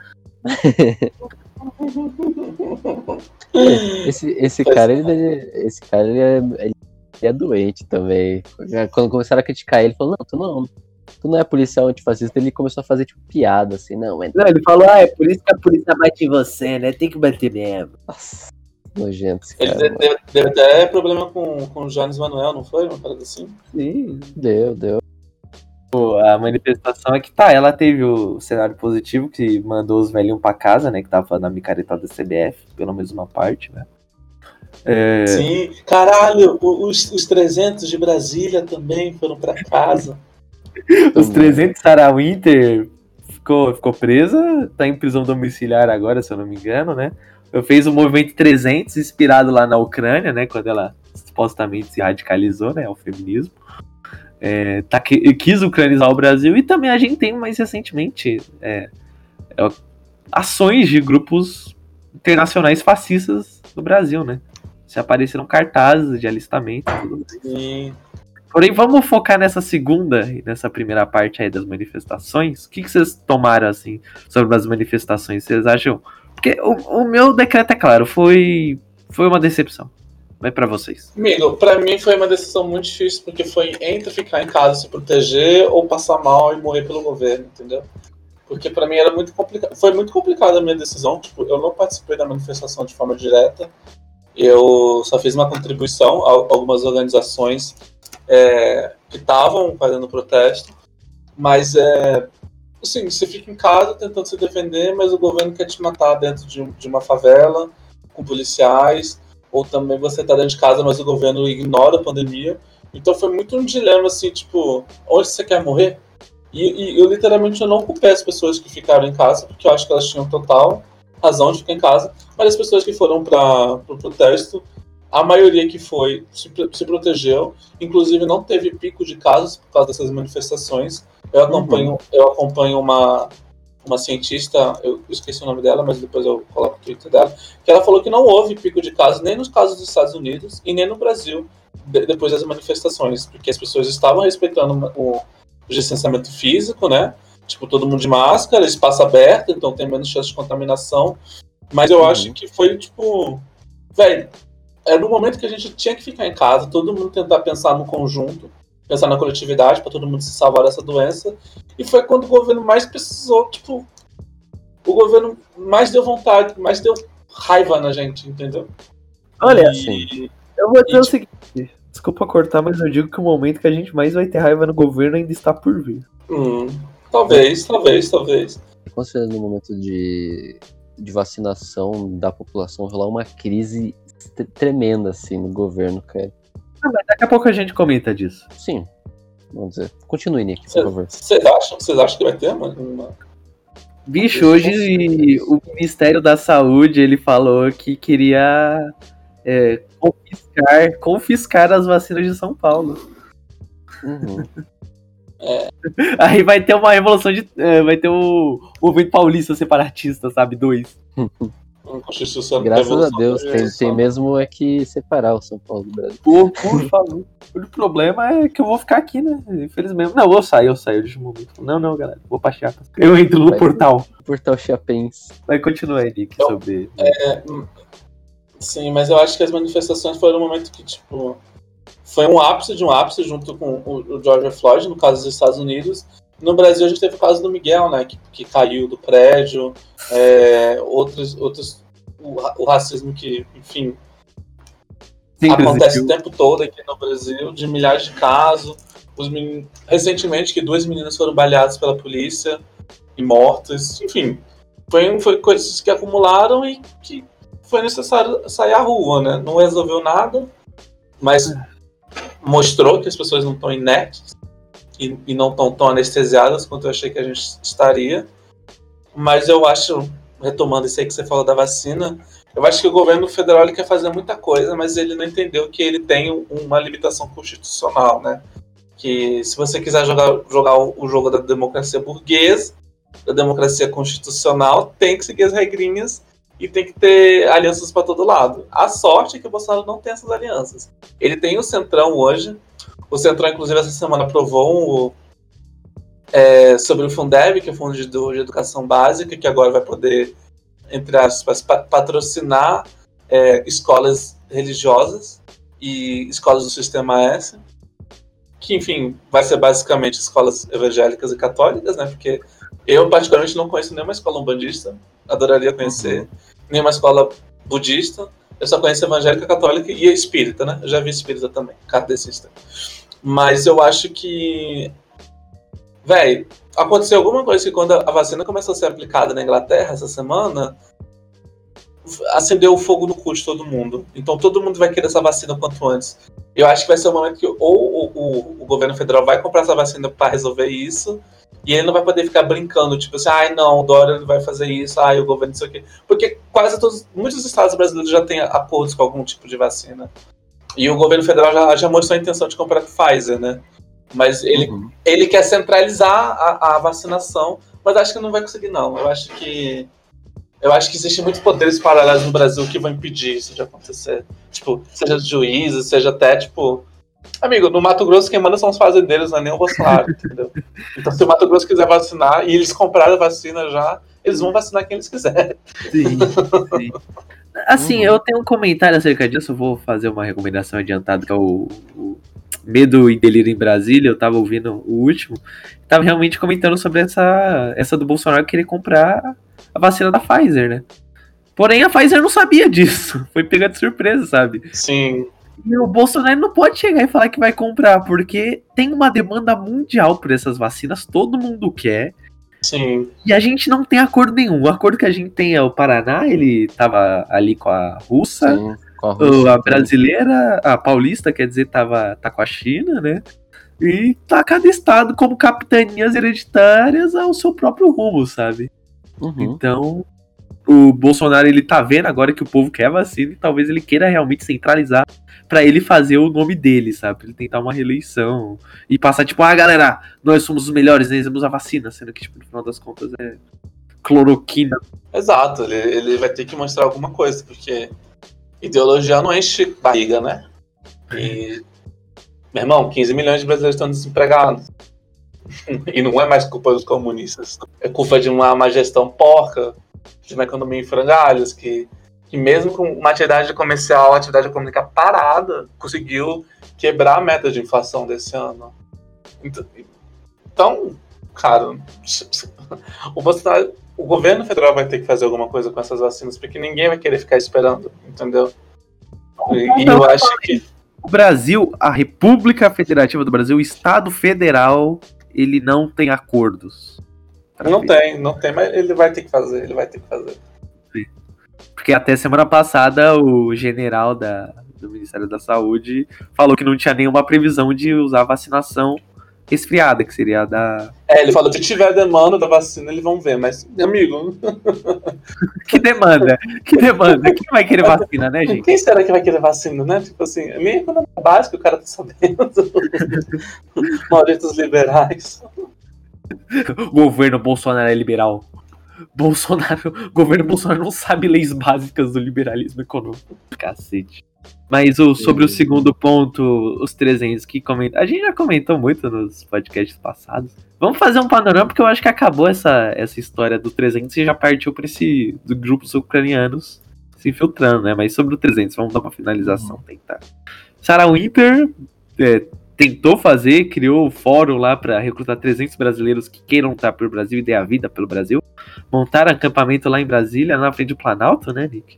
Esse cara, ele é doente também. Quando começaram a criticar ele falou, tu não é policial antifascista, ele começou a fazer tipo piada, assim, não, ele falou, é por isso que a polícia bate em você, né? Tem que bater mesmo. Nossa, nojento esse cara. Ele teve até problema com o Jones Manuel, não foi? Uma parada assim? Sim. Deu. A manifestação é que ela teve o cenário positivo, que mandou os velhinhos pra casa, né, que tava na micaretada da CBF, pelo menos uma parte, né. Sim, caralho, os 300 de Brasília também foram pra casa. Os 300, Sarah Winter ficou presa, tá em prisão domiciliar agora, se eu não me engano, né. Eu fiz o movimento 300, inspirado lá na Ucrânia, né, quando ela supostamente se radicalizou, né, ao feminismo. Quis ucranizar o Brasil, e também a gente tem mais recentemente ações de grupos internacionais fascistas no Brasil, né? Se apareceram cartazes de alistamento e tudo mais. Sim. Porém, vamos focar nessa segunda e nessa primeira parte aí das manifestações. O que vocês tomaram assim sobre as manifestações? Vocês acham? Porque o meu decreto é claro, foi uma decepção. Mas pra vocês? Amigo, pra mim foi uma decisão muito difícil, porque foi entre ficar em casa se proteger ou passar mal e morrer pelo governo, entendeu? Porque pra mim era muito complicado. Foi muito complicada a minha decisão. Tipo, eu não participei da manifestação de forma direta. Eu só fiz uma contribuição a algumas organizações que estavam fazendo protesto. Mas, assim, você fica em casa tentando se defender, mas o governo quer te matar dentro de uma favela, com policiais. Ou também você está dentro de casa, mas o governo ignora a pandemia. Então foi muito um dilema, assim, tipo, onde você quer morrer? E eu literalmente não culpei as pessoas que ficaram em casa, porque eu acho que elas tinham total razão de ficar em casa, mas as pessoas que foram para o protesto, a maioria que foi se protegeu, inclusive não teve pico de casos por causa dessas manifestações. Eu acompanho uma cientista, eu esqueci o nome dela, mas depois eu coloco o Twitter dela, que ela falou que não houve pico de casos nem nos casos dos Estados Unidos e nem no Brasil depois das manifestações, porque as pessoas estavam respeitando o distanciamento físico, né? Tipo, todo mundo de máscara, espaço aberto, então tem menos chance de contaminação. Mas eu acho que foi, tipo... Velho, era no momento que a gente tinha que ficar em casa, todo mundo tentar pensar no conjunto, pensar na coletividade, para todo mundo se salvar dessa doença. E foi quando o governo mais precisou, tipo... O governo mais deu vontade, mais deu raiva na gente, entendeu? Olha, eu vou dizer o seguinte... Desculpa cortar, mas eu digo que o momento que a gente mais vai ter raiva no governo ainda está por vir. Talvez. Considerando o momento de vacinação da população, rolar uma crise tremenda, assim, no governo, cara. Mas daqui a pouco a gente comenta disso. Sim, vamos dizer. Continue, Nick, por favor. Vocês acham que vai ter uma... Bicho, hoje o Ministério da Saúde, ele falou que queria confiscar as vacinas de São Paulo. Aí vai ter uma revolução vai ter o movimento paulista separatista, sabe? 2. Graças a Deus, tem mesmo que separar o São Paulo do Brasil. Por favor. O problema é que eu vou ficar aqui, né? Infelizmente. Não, eu saio de momento. Não, galera. Vou pra Chiapas. Eu entro no portal. Portal Chiapense. Vai continuar aí, Nick, sobre... Sim, mas eu acho que as manifestações foram um momento que, tipo... Foi um ápice de um ápice junto com o George Floyd, no caso dos Estados Unidos. No Brasil a gente teve o caso do Miguel, né? Que caiu do prédio. Outros o racismo que, enfim... acontece o tempo todo aqui no Brasil, de milhares de casos. Recentemente, que 2 meninas foram baleadas pela polícia e mortas. Enfim, foi coisas que acumularam e que foi necessário sair à rua, né? Não resolveu nada, mas mostrou que as pessoas não estão inertes e não estão tão anestesiadas quanto eu achei que a gente estaria. Mas eu acho, retomando isso aí que você falou da vacina, eu acho que o governo federal ele quer fazer muita coisa, mas ele não entendeu que ele tem uma limitação constitucional, né? Que se você quiser jogar o jogo da democracia burguesa, da democracia constitucional, tem que seguir as regrinhas e tem que ter alianças para todo lado. A sorte é que o Bolsonaro não tem essas alianças. Ele tem o Centrão hoje. O Centrão, inclusive, essa semana aprovou sobre o Fundeb, que é o Fundo de Educação Básica, que agora vai poder, entre aspas, patrocinar escolas religiosas e escolas do Sistema S, que, enfim, vai ser basicamente escolas evangélicas e católicas, né? Porque eu, particularmente, não conheço nenhuma escola umbandista, adoraria conhecer, nenhuma escola budista, eu só conheço evangélica, católica e espírita, né? Eu já vi espírita também, kardecista. Mas eu acho que... Véi, aconteceu alguma coisa que quando a vacina começou a ser aplicada na Inglaterra essa semana, acendeu o fogo no cu de todo mundo. Então todo mundo vai querer essa vacina o quanto antes. Eu acho que vai ser o momento que ou o governo federal vai comprar essa vacina para resolver isso, e ele não vai poder ficar brincando, tipo assim, não, o Dória vai fazer isso, o governo isso aqui. Porque muitos estados brasileiros já têm acordos com algum tipo de vacina. E o governo federal já mostrou a intenção de comprar Pfizer, né? Mas ele quer centralizar a vacinação, mas acho que não vai conseguir, não. Eu acho que existem muitos poderes paralelos no Brasil que vão impedir isso de acontecer. Tipo, seja juízes, seja até, tipo... Amigo, no Mato Grosso quem manda são os fazendeiros, não é nem o Bolsonaro, entendeu? Então se o Mato Grosso quiser vacinar, e eles compraram a vacina já, eles vão vacinar quem eles quiserem. Sim. Assim, eu tenho um comentário acerca disso, eu vou fazer uma recomendação adiantada, que é o Medo e Delírio em Brasília. Eu tava ouvindo o último, tava realmente comentando sobre essa do Bolsonaro querer comprar a vacina da Pfizer, né? Porém, a Pfizer não sabia disso. Foi pega de surpresa, sabe? Sim. E o Bolsonaro não pode chegar e falar que vai comprar, porque tem uma demanda mundial por essas vacinas, todo mundo quer. Sim. E a gente não tem acordo nenhum. O acordo que a gente tem é o Paraná, ele tava ali com a Rússia. Sim, Com a Rússia A também. brasileira, a paulista, quer dizer, tá com a China, né? E tá cada estado como capitanias hereditárias ao seu próprio rumo, sabe? Uhum. Então, o Bolsonaro, ele tá vendo agora que o povo quer vacina e talvez ele queira realmente centralizar pra ele fazer o nome dele, sabe? Pra ele tentar uma reeleição e passar tipo, galera, nós somos os melhores, nós temos a vacina, sendo que, tipo, no final das contas é cloroquina. Exato, ele vai ter que mostrar alguma coisa, porque ideologia não enche barriga, né? E, meu irmão, 15 milhões de brasileiros estão desempregados. E não é mais culpa dos comunistas. É culpa de uma gestão porca, de uma economia em frangalhos, que mesmo com uma atividade comercial, atividade econômica parada, conseguiu quebrar a meta de inflação desse ano. Então, cara, o governo federal vai ter que fazer alguma coisa com essas vacinas, porque ninguém vai querer ficar esperando, entendeu? E eu acho que o Brasil, a República Federativa do Brasil, o Estado Federal, ele não tem acordos. Não tem, mas ele vai ter que fazer, Sim. Porque até semana passada o general do Ministério da Saúde falou que não tinha nenhuma previsão de usar vacinação resfriada, que seria a da... ele falou que se tiver demanda da vacina, eles vão ver, mas, amigo... Que demanda? Quem vai querer vacina, né, gente? Quem será que vai querer vacina, né? Tipo assim, é meio economia básica, o cara tá sabendo. Malditos liberais. Governo Bolsonaro é liberal. Governo Bolsonaro não sabe leis básicas do liberalismo econômico. Cacete. Mas sobre o segundo ponto, os 300 que comentam. A gente já comentou muito nos podcasts passados. Vamos fazer um panorama, porque eu acho que acabou essa história do 300 e já partiu para dos grupos ucranianos se infiltrando, né? Mas sobre o 300, vamos dar uma finalização, tentar. Sarah Winter tentou fazer, criou o fórum lá para recrutar 300 brasileiros que queiram estar pelo Brasil e dê a vida pelo Brasil. Montaram acampamento lá em Brasília, na frente do Planalto, né, Nick?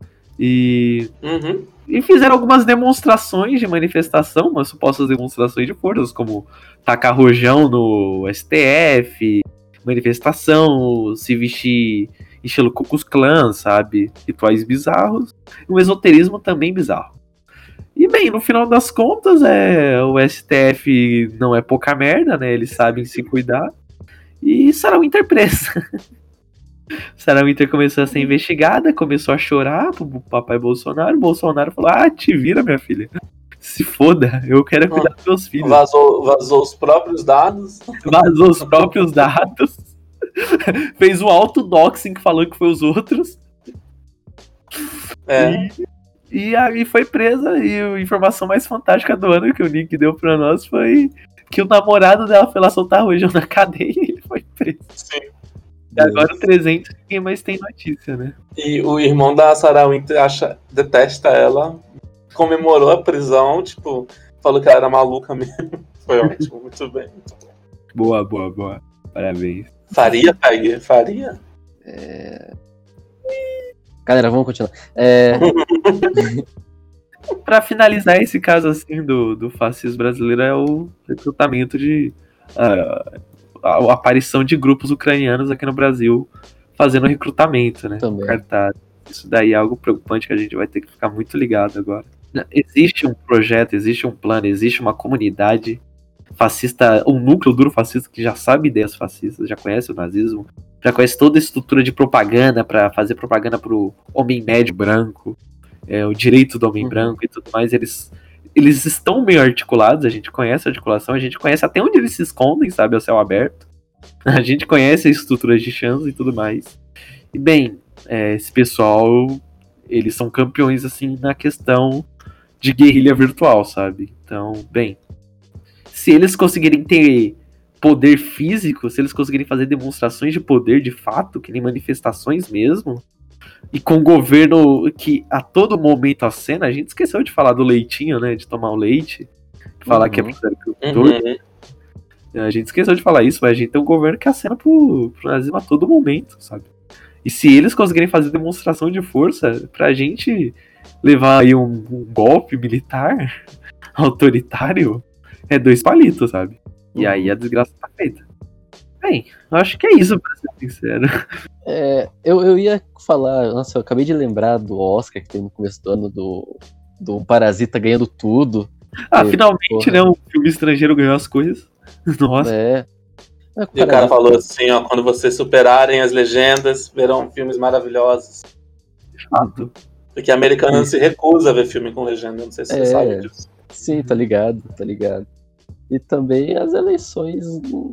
E fizeram algumas demonstrações de manifestação, umas supostas demonstrações de forças, como tacar rojão no STF, manifestação, se vestir estilo Ku Klux Klan, sabe? Rituais bizarros. E um esoterismo também bizarro. E bem, no final das contas, o STF não é pouca merda, né? Eles sabem se cuidar. E Sarah Winter presa. Sarah Winter começou a ser investigada, começou a chorar pro papai Bolsonaro. Bolsonaro falou: te vira, minha filha. Se foda, eu quero cuidar dos meus filhos. Vazou os próprios dados. Vazou os próprios dados. Fez um autodoxing que falou que foi os outros. E aí foi presa. E a informação mais fantástica do ano que o Nick deu pra nós foi que o namorado dela foi lá soltar rojão na cadeia e ele foi preso. Sim. E agora o 300 ninguém mais tem notícia, né? E o irmão da Sarah Winter detesta ela, comemorou a prisão, tipo, falou que ela era maluca mesmo. Foi ótimo, muito bem. Boa. Parabéns. Faria, Peg? Faria? Galera, vamos continuar. Pra finalizar esse caso assim do fascismo brasileiro é o recrutamento de... a aparição de grupos ucranianos aqui no Brasil fazendo recrutamento, né? Também. Cartaz. Isso daí é algo preocupante que a gente vai ter que ficar muito ligado agora. Existe um projeto, existe um plano, existe uma comunidade fascista, um núcleo duro fascista que já sabe ideias fascistas, já conhece o nazismo, já conhece toda a estrutura de propaganda para fazer propaganda pro homem médio branco, o direito do homem branco e tudo mais. Eles estão meio articulados, a gente conhece a articulação, a gente conhece até onde eles se escondem, sabe, ao céu aberto. A gente conhece a estrutura de chance e tudo mais. E bem, esse pessoal, eles são campeões, assim, na questão de guerrilha virtual, sabe? Então, bem, se eles conseguirem ter poder físico, se eles conseguirem fazer demonstrações de poder de fato, que nem manifestações mesmo, e com o governo que a todo momento acena, a gente esqueceu de falar do leitinho, né? De tomar o leite, falar que é agricultor. A gente esqueceu de falar isso, mas a gente tem um governo que acena pro nazismo a todo momento, sabe? E se eles conseguirem fazer demonstração de força pra gente levar aí um golpe militar autoritário, é 2 palitos, sabe? E aí a desgraça tá feita. Bem, eu acho que é isso, pra ser sincero. Eu ia falar, nossa, eu acabei de lembrar do Oscar que tem no começo do ano do Parasita ganhando tudo. Finalmente, porra. né? Um filme estrangeiro ganhou as coisas. Nossa. E o cara falou assim, ó, quando vocês superarem as legendas, verão filmes maravilhosos. Fato. Porque a americana se recusa a ver filme com legenda, não sei se você sabe disso. Sim, tá ligado. E também as eleições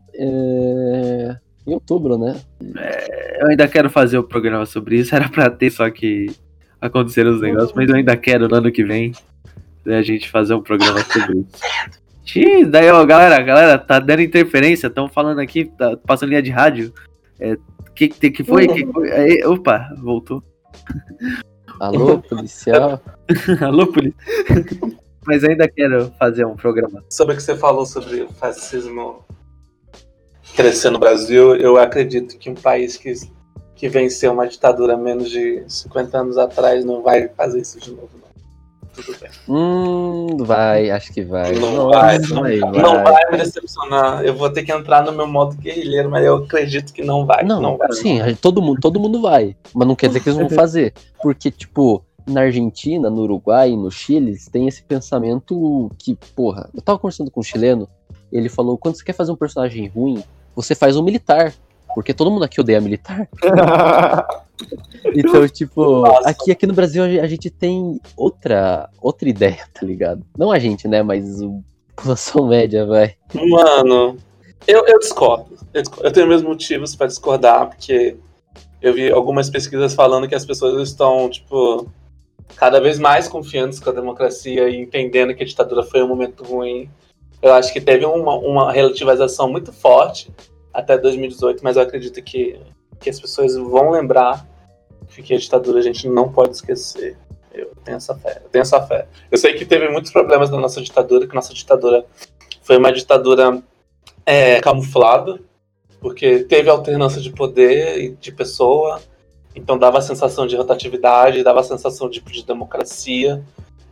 em outubro, né? Eu ainda quero fazer o programa sobre isso, era pra ter, só que aconteceram os negócios, mas eu ainda quero no ano que vem a gente fazer um programa sobre isso. Daí, ó, galera, tá dando interferência, estão falando aqui, tá passando linha de rádio. Que foi? Aí, opa, voltou. Alô, policial? Alô, polícia. Mas ainda quero fazer um programa. Sobre o que você falou sobre o fascismo crescer no Brasil, eu acredito que um país que venceu uma ditadura menos de 50 anos atrás não vai fazer isso de novo, não. Tudo bem. Vai, acho que vai. Não vai me decepcionar. Eu vou ter que entrar no meu modo guerrilheiro, mas eu acredito que não vai. Não vai. Sim, todo mundo vai. Mas não quer dizer que eles vão fazer. Porque, tipo, na Argentina, no Uruguai e no Chile, eles têm esse pensamento que, porra, eu tava conversando com um chileno, ele falou, quando você quer fazer um personagem ruim, você faz um militar. Porque todo mundo aqui odeia militar. Então, tipo, aqui no Brasil a gente tem outra ideia, tá ligado? Não a gente, né? Mas a população média, vai. Mano, eu discordo. Eu tenho meus motivos pra discordar, porque eu vi algumas pesquisas falando que as pessoas estão, tipo, cada vez mais confiantes com a democracia e entendendo que a ditadura foi um momento ruim. Eu acho que teve uma relativização muito forte até 2018, mas eu acredito que as pessoas vão lembrar que a ditadura a gente não pode esquecer. Eu tenho essa fé. Eu sei que teve muitos problemas na nossa ditadura, que nossa ditadura foi uma ditadura camuflada, porque teve alternância de poder e de pessoa, então dava a sensação de rotatividade, dava a sensação de democracia.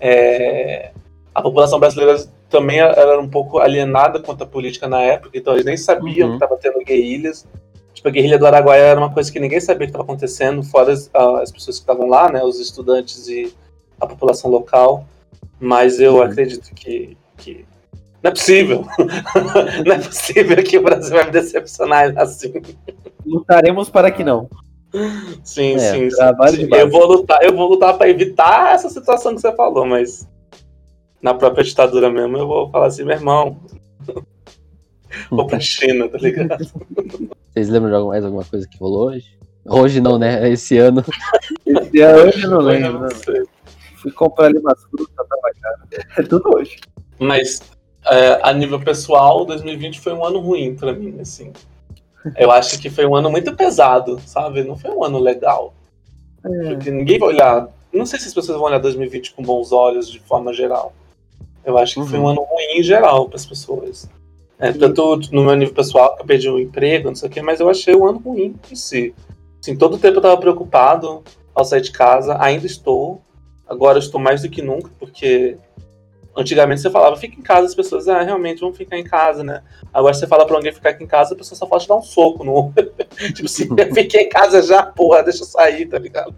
A população brasileira também era um pouco alienada quanto à política na época, então eles nem sabiam que estava tendo guerrilhas. Tipo, a guerrilha do Araguaia era uma coisa que ninguém sabia que estava acontecendo, fora as pessoas que estavam lá, né, os estudantes e a população local. Mas eu acredito que não é possível. Não é possível que o Brasil vai me decepcionar assim. Lutaremos para que não. Sim. Eu vou lutar para evitar essa situação que você falou, mas na própria ditadura mesmo eu vou falar assim, meu irmão, vou pra China, tá ligado? Vocês lembram de mais alguma coisa que rolou hoje? Hoje não, né? Esse ano. Hoje eu não lembro. Fui comprar ali umas frutas, tava caro. É tudo hoje. Mas a nível pessoal, 2020 foi um ano ruim pra mim, assim. Eu acho que foi um ano muito pesado, sabe? Não foi um ano legal. Porque ninguém vai olhar. Não sei se as pessoas vão olhar 2020 com bons olhos de forma geral. Eu acho que foi um ano ruim em geral para as pessoas. Tanto no meu nível pessoal, que eu perdi o emprego, não sei o quê, mas eu achei um ano ruim em si. Assim, todo o tempo eu estava preocupado ao sair de casa, ainda estou. Agora eu estou mais do que nunca, porque antigamente você falava, fica em casa, as pessoas, realmente, vão ficar em casa, né? Agora você fala pra alguém ficar aqui em casa, a pessoa só fala te dar um soco no tipo assim, eu fiquei em casa já, porra, deixa eu sair, tá ligado?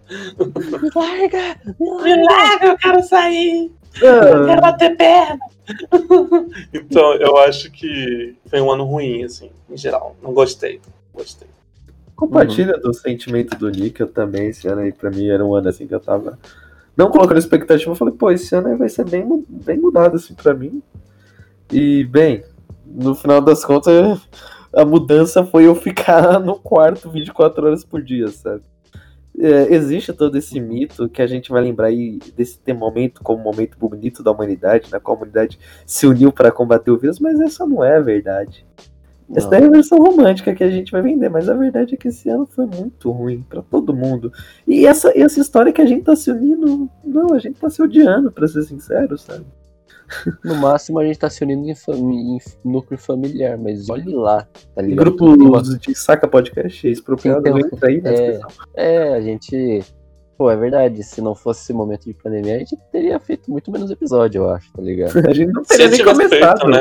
Me larga, eu quero sair! Eu quero bater perna! Então, eu acho que foi um ano ruim, assim, em geral. Não gostei. Compartilha do sentimento do Nika também. Esse ano aí, pra mim, era um ano assim que eu tava não colocando expectativa. Eu falei, pô, esse ano aí vai ser bem mudado, assim, pra mim. E, bem, no final das contas, a mudança foi eu ficar no quarto 24 horas por dia, sabe? Existe todo esse mito que a gente vai lembrar aí desse momento como um momento bonito da humanidade, né? A humanidade se uniu para combater o vírus, mas essa não é a verdade. Não. Essa daí é a versão romântica que a gente vai vender, mas a verdade é que esse ano foi muito ruim para todo mundo. E essa história que a gente tá se unindo, não, a gente tá se odiando, pra ser sincero, sabe? No máximo a gente tá se unindo em núcleo familiar, mas olhe lá, tá ligado? Grupo de Saca Podcast, expropriado entra aí, né? A gente... Pô, é verdade, se não fosse esse momento de pandemia, a gente teria feito muito menos episódio, eu acho, tá ligado? A gente não teria nem começado, né?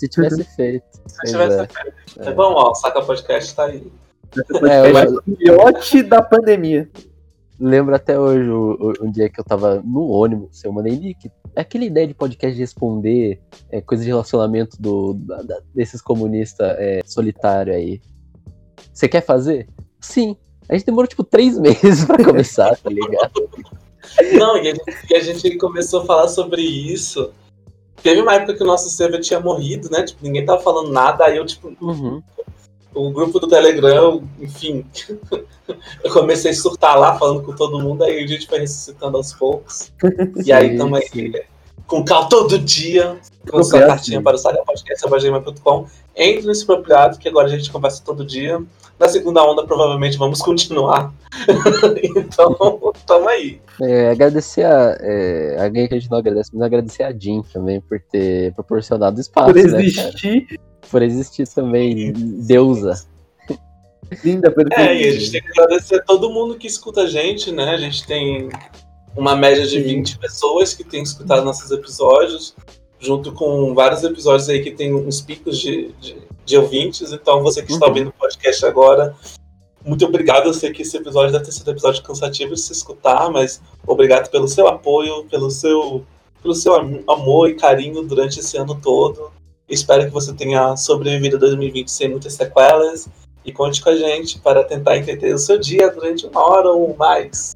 Se tivesse feito. Se tivesse feito. É bom, ó, Saca Podcast tá aí. O filhote da pandemia. Lembro até hoje um dia que eu tava no ônibus, eu mandei Nick. É aquela ideia de podcast de responder coisa de relacionamento desses comunistas solitários aí. Você quer fazer? Sim. A gente demorou 3 meses pra começar, tá ligado? Não, e a gente começou a falar sobre isso. Teve uma época que o nosso server tinha morrido, né? Tipo, ninguém tava falando nada, aí eu, o grupo do Telegram, enfim, eu comecei a surtar lá, falando com todo mundo, aí a gente foi ressuscitando aos poucos. E aí estamos aí com cal todo dia, com sua cartinha para o sagapodcast.gmail.com. Entre nesse propriado, que agora a gente conversa todo dia. Na segunda onda, provavelmente, vamos continuar. Então, tamo aí. Agradecer alguém que a gente não agradece, mas agradecer a Jean também por ter proporcionado espaço. Por existir. Né, por existir também, deusa. Linda, perfeita. E a gente tem que agradecer a todo mundo que escuta a gente, né? A gente tem uma média de 20 pessoas que tem escutado nossos episódios, junto com vários episódios aí que tem uns picos de ouvintes. Então, você que está ouvindo o podcast agora, muito obrigado. Eu sei que esse episódio deve ter sido um episódio cansativo de se escutar, mas obrigado pelo seu apoio, pelo seu amor e carinho durante esse ano todo. Espero que você tenha sobrevivido a 2020 sem muitas sequelas e conte com a gente para tentar entender o seu dia durante 1 hora ou mais.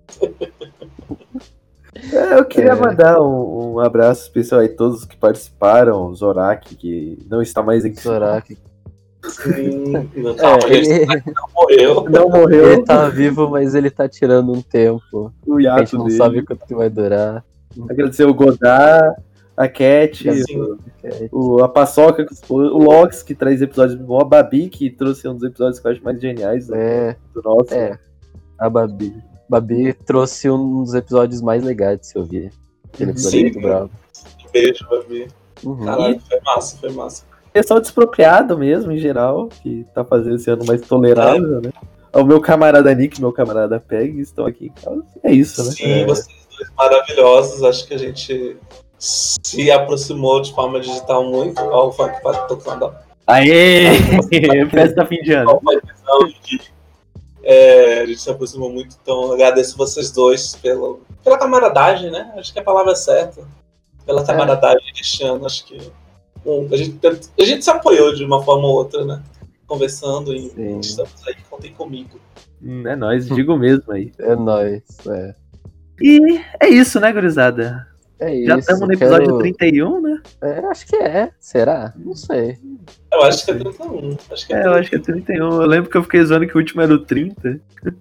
Eu queria mandar um abraço especial a todos que participaram, o Zorak, que não está mais em Zorak. Sim, ele não morreu. Não morreu. Ele tá vivo, mas ele tá tirando um tempo. O hiato a gente não sabe quanto que vai durar. Agradecer o Godard, a Cat, a Paçoca, o Lox, que traz episódios bons, a Babi, que trouxe um dos episódios que eu acho mais geniais do nosso. A Babi. Babi trouxe um dos episódios mais legais de se ouvir. Aquele episódio muito bravo. Beijo, Babi. Caralho, foi massa. Pessoal despropriado mesmo, em geral, que tá fazendo esse ano mais tolerável, né? O meu camarada Nick e meu camarada Peg estão aqui em casa. É isso, né? Sim, vocês dois maravilhosos. Acho que a gente se aproximou de forma digital muito. Olha o funk tocando. Aê! Festa fim de ano. A gente se aproximou muito, então agradeço vocês dois pela camaradagem, né? Acho que a palavra é certa. Pela camaradagem deste ano, acho que a gente se apoiou de uma forma ou outra, né? Conversando e estamos aí, contem comigo. É nóis, digo mesmo aí. É nóis, E é isso, né, gurizada? Já estamos no episódio 31, né? Acho que é. Será? Não sei. Eu acho que é 31. Eu acho que é 31. Eu lembro que eu fiquei zoando que o último era o 30.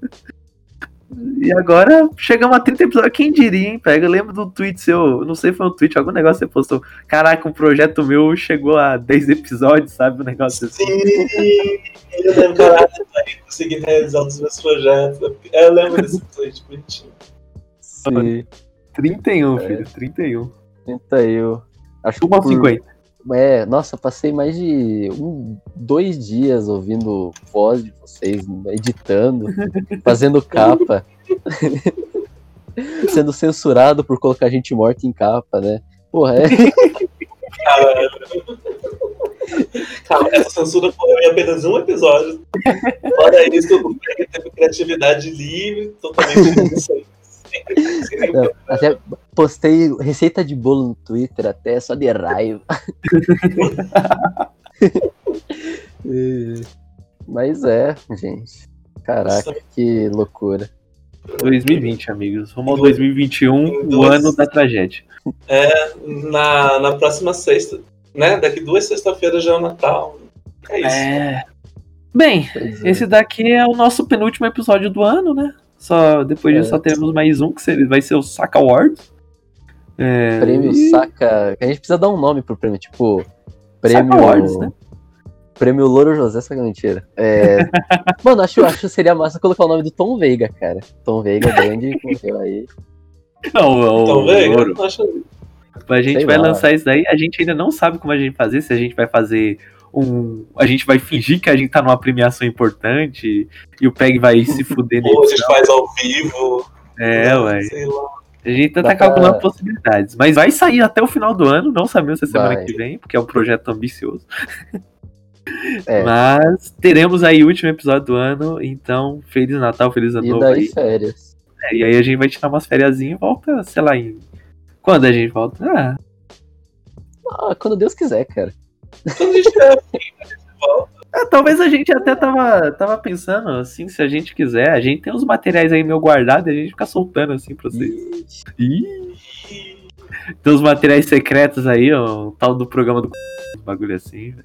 E agora chegamos a 30 episódios. Quem diria, hein, Pega? Eu lembro do tweet seu. Não sei se foi um tweet, algum negócio que você postou. Caraca, um projeto meu chegou a 10 episódios, sabe? Um negócio assim. Sim, eu lembro, caraca, eu consegui realizar um dos meus projetos. Eu lembro desse tweet bonitinho. Sim. 31, filho, 31. 31. Acho que 1h50. Nossa, passei mais de 2 dias ouvindo voz de vocês, editando, fazendo capa, sendo censurado por colocar gente morta em capa, né? Porra, Cara, essa censura foi apenas um episódio. Fora isso, o Greg teve criatividade livre, totalmente sem. Até postei receita de bolo no Twitter, até só de raiva. Mas gente. Caraca, que loucura. 2020, amigos. Vamos ao 2021, o ano da tragédia. Na próxima sexta, né? Daqui 2 sexta-feiras já é o Natal. É isso. Bem, esse daqui é o nosso penúltimo episódio do ano, né? Depois disso só teremos mais um, que vai ser o Saca Awards. Prêmio Saca... A gente precisa dar um nome pro prêmio, tipo... Prêmio Saca Awards, né? Prêmio Louro José, saca mentira. Mano, acho que seria massa colocar o nome do Tom Veiga, cara. Tom Veiga, grande, morreu aí. Não, Tom Veiga? A gente vai lançar isso daí, a gente ainda não sabe como a gente vai fazer, se a gente vai fazer... A gente vai fingir que a gente tá numa premiação importante e o Peg vai se fuder nele. Ou a gente faz ao vivo. Ué. Sei lá. A gente tá calculando possibilidades. Mas vai sair até o final do ano, não sabemos se é semana que vem, porque é um projeto ambicioso. Mas teremos aí o último episódio do ano, então Feliz Natal, Feliz Ano Novo. E daí férias. E aí a gente vai tirar umas fériasinhas e volta, sei lá, quando a gente volta? Quando Deus quiser, cara. Quando a gente volta. Talvez a gente até tava pensando, assim, se a gente quiser, a gente tem uns materiais aí meio guardados e a gente fica soltando assim pra vocês. Tem uns materiais secretos aí, ó, tal do programa do bagulho assim.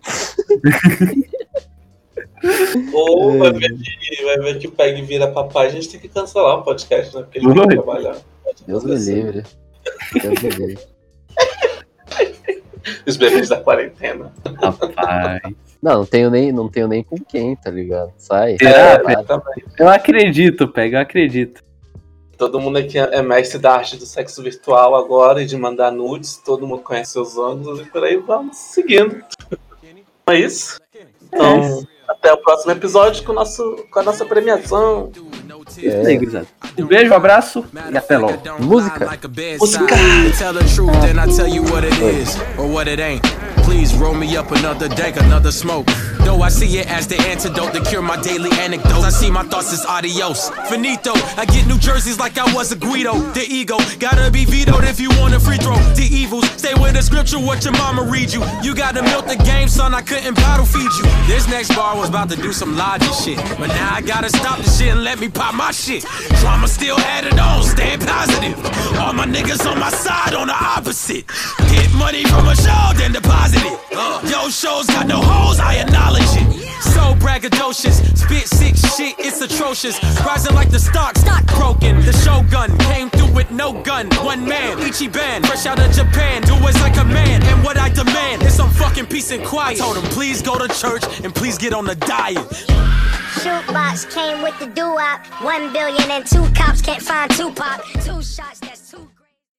Ou vai ver que pega e vira papai, a gente tem que cancelar o podcast, né? Porque a gente tem que trabalhar. Deus me livre. Deus me livre. Os bebês da quarentena. Rapaz. Não tenho nem com quem, tá ligado? Sai. Eu acredito, eu acredito. Todo mundo aqui é mestre da arte do sexo virtual agora e de mandar nudes, todo mundo conhece seus ângulos e por aí vamos seguindo. É isso? Então, até o próximo episódio com a nossa premiação. Um beijo, um abraço e até logo. Música. Please roll me up another dank, another smoke. Though I see it as the antidote to cure my daily anecdotes. I see my thoughts as adios. Finito, I get New Jerseys like I was a Guido. The ego, gotta be vetoed if you want a free throw. The evils, stay with the scripture, what your mama read you. You gotta milk the game, son, I couldn't bottle feed you. This next bar was about to do some logic shit. But now I gotta stop the shit and let me pop my shit. Drama still had it on, staying positive. All my niggas on my side on the opposite. Get money from a show, then deposit it. Yo, shows got no holes, I acknowledge it. So braggadocious, spit sick shit, it's atrocious. Rising like the stock broken. The Shogun came through with no gun. One man, Ichiban, fresh out of Japan. Do as I command, and what I demand is some fucking peace and quiet. I told him, please go to church and please get on the diet. Shootbox came with the doo-wop. 1 billion and 2 cops can't find Tupac. 2 shots.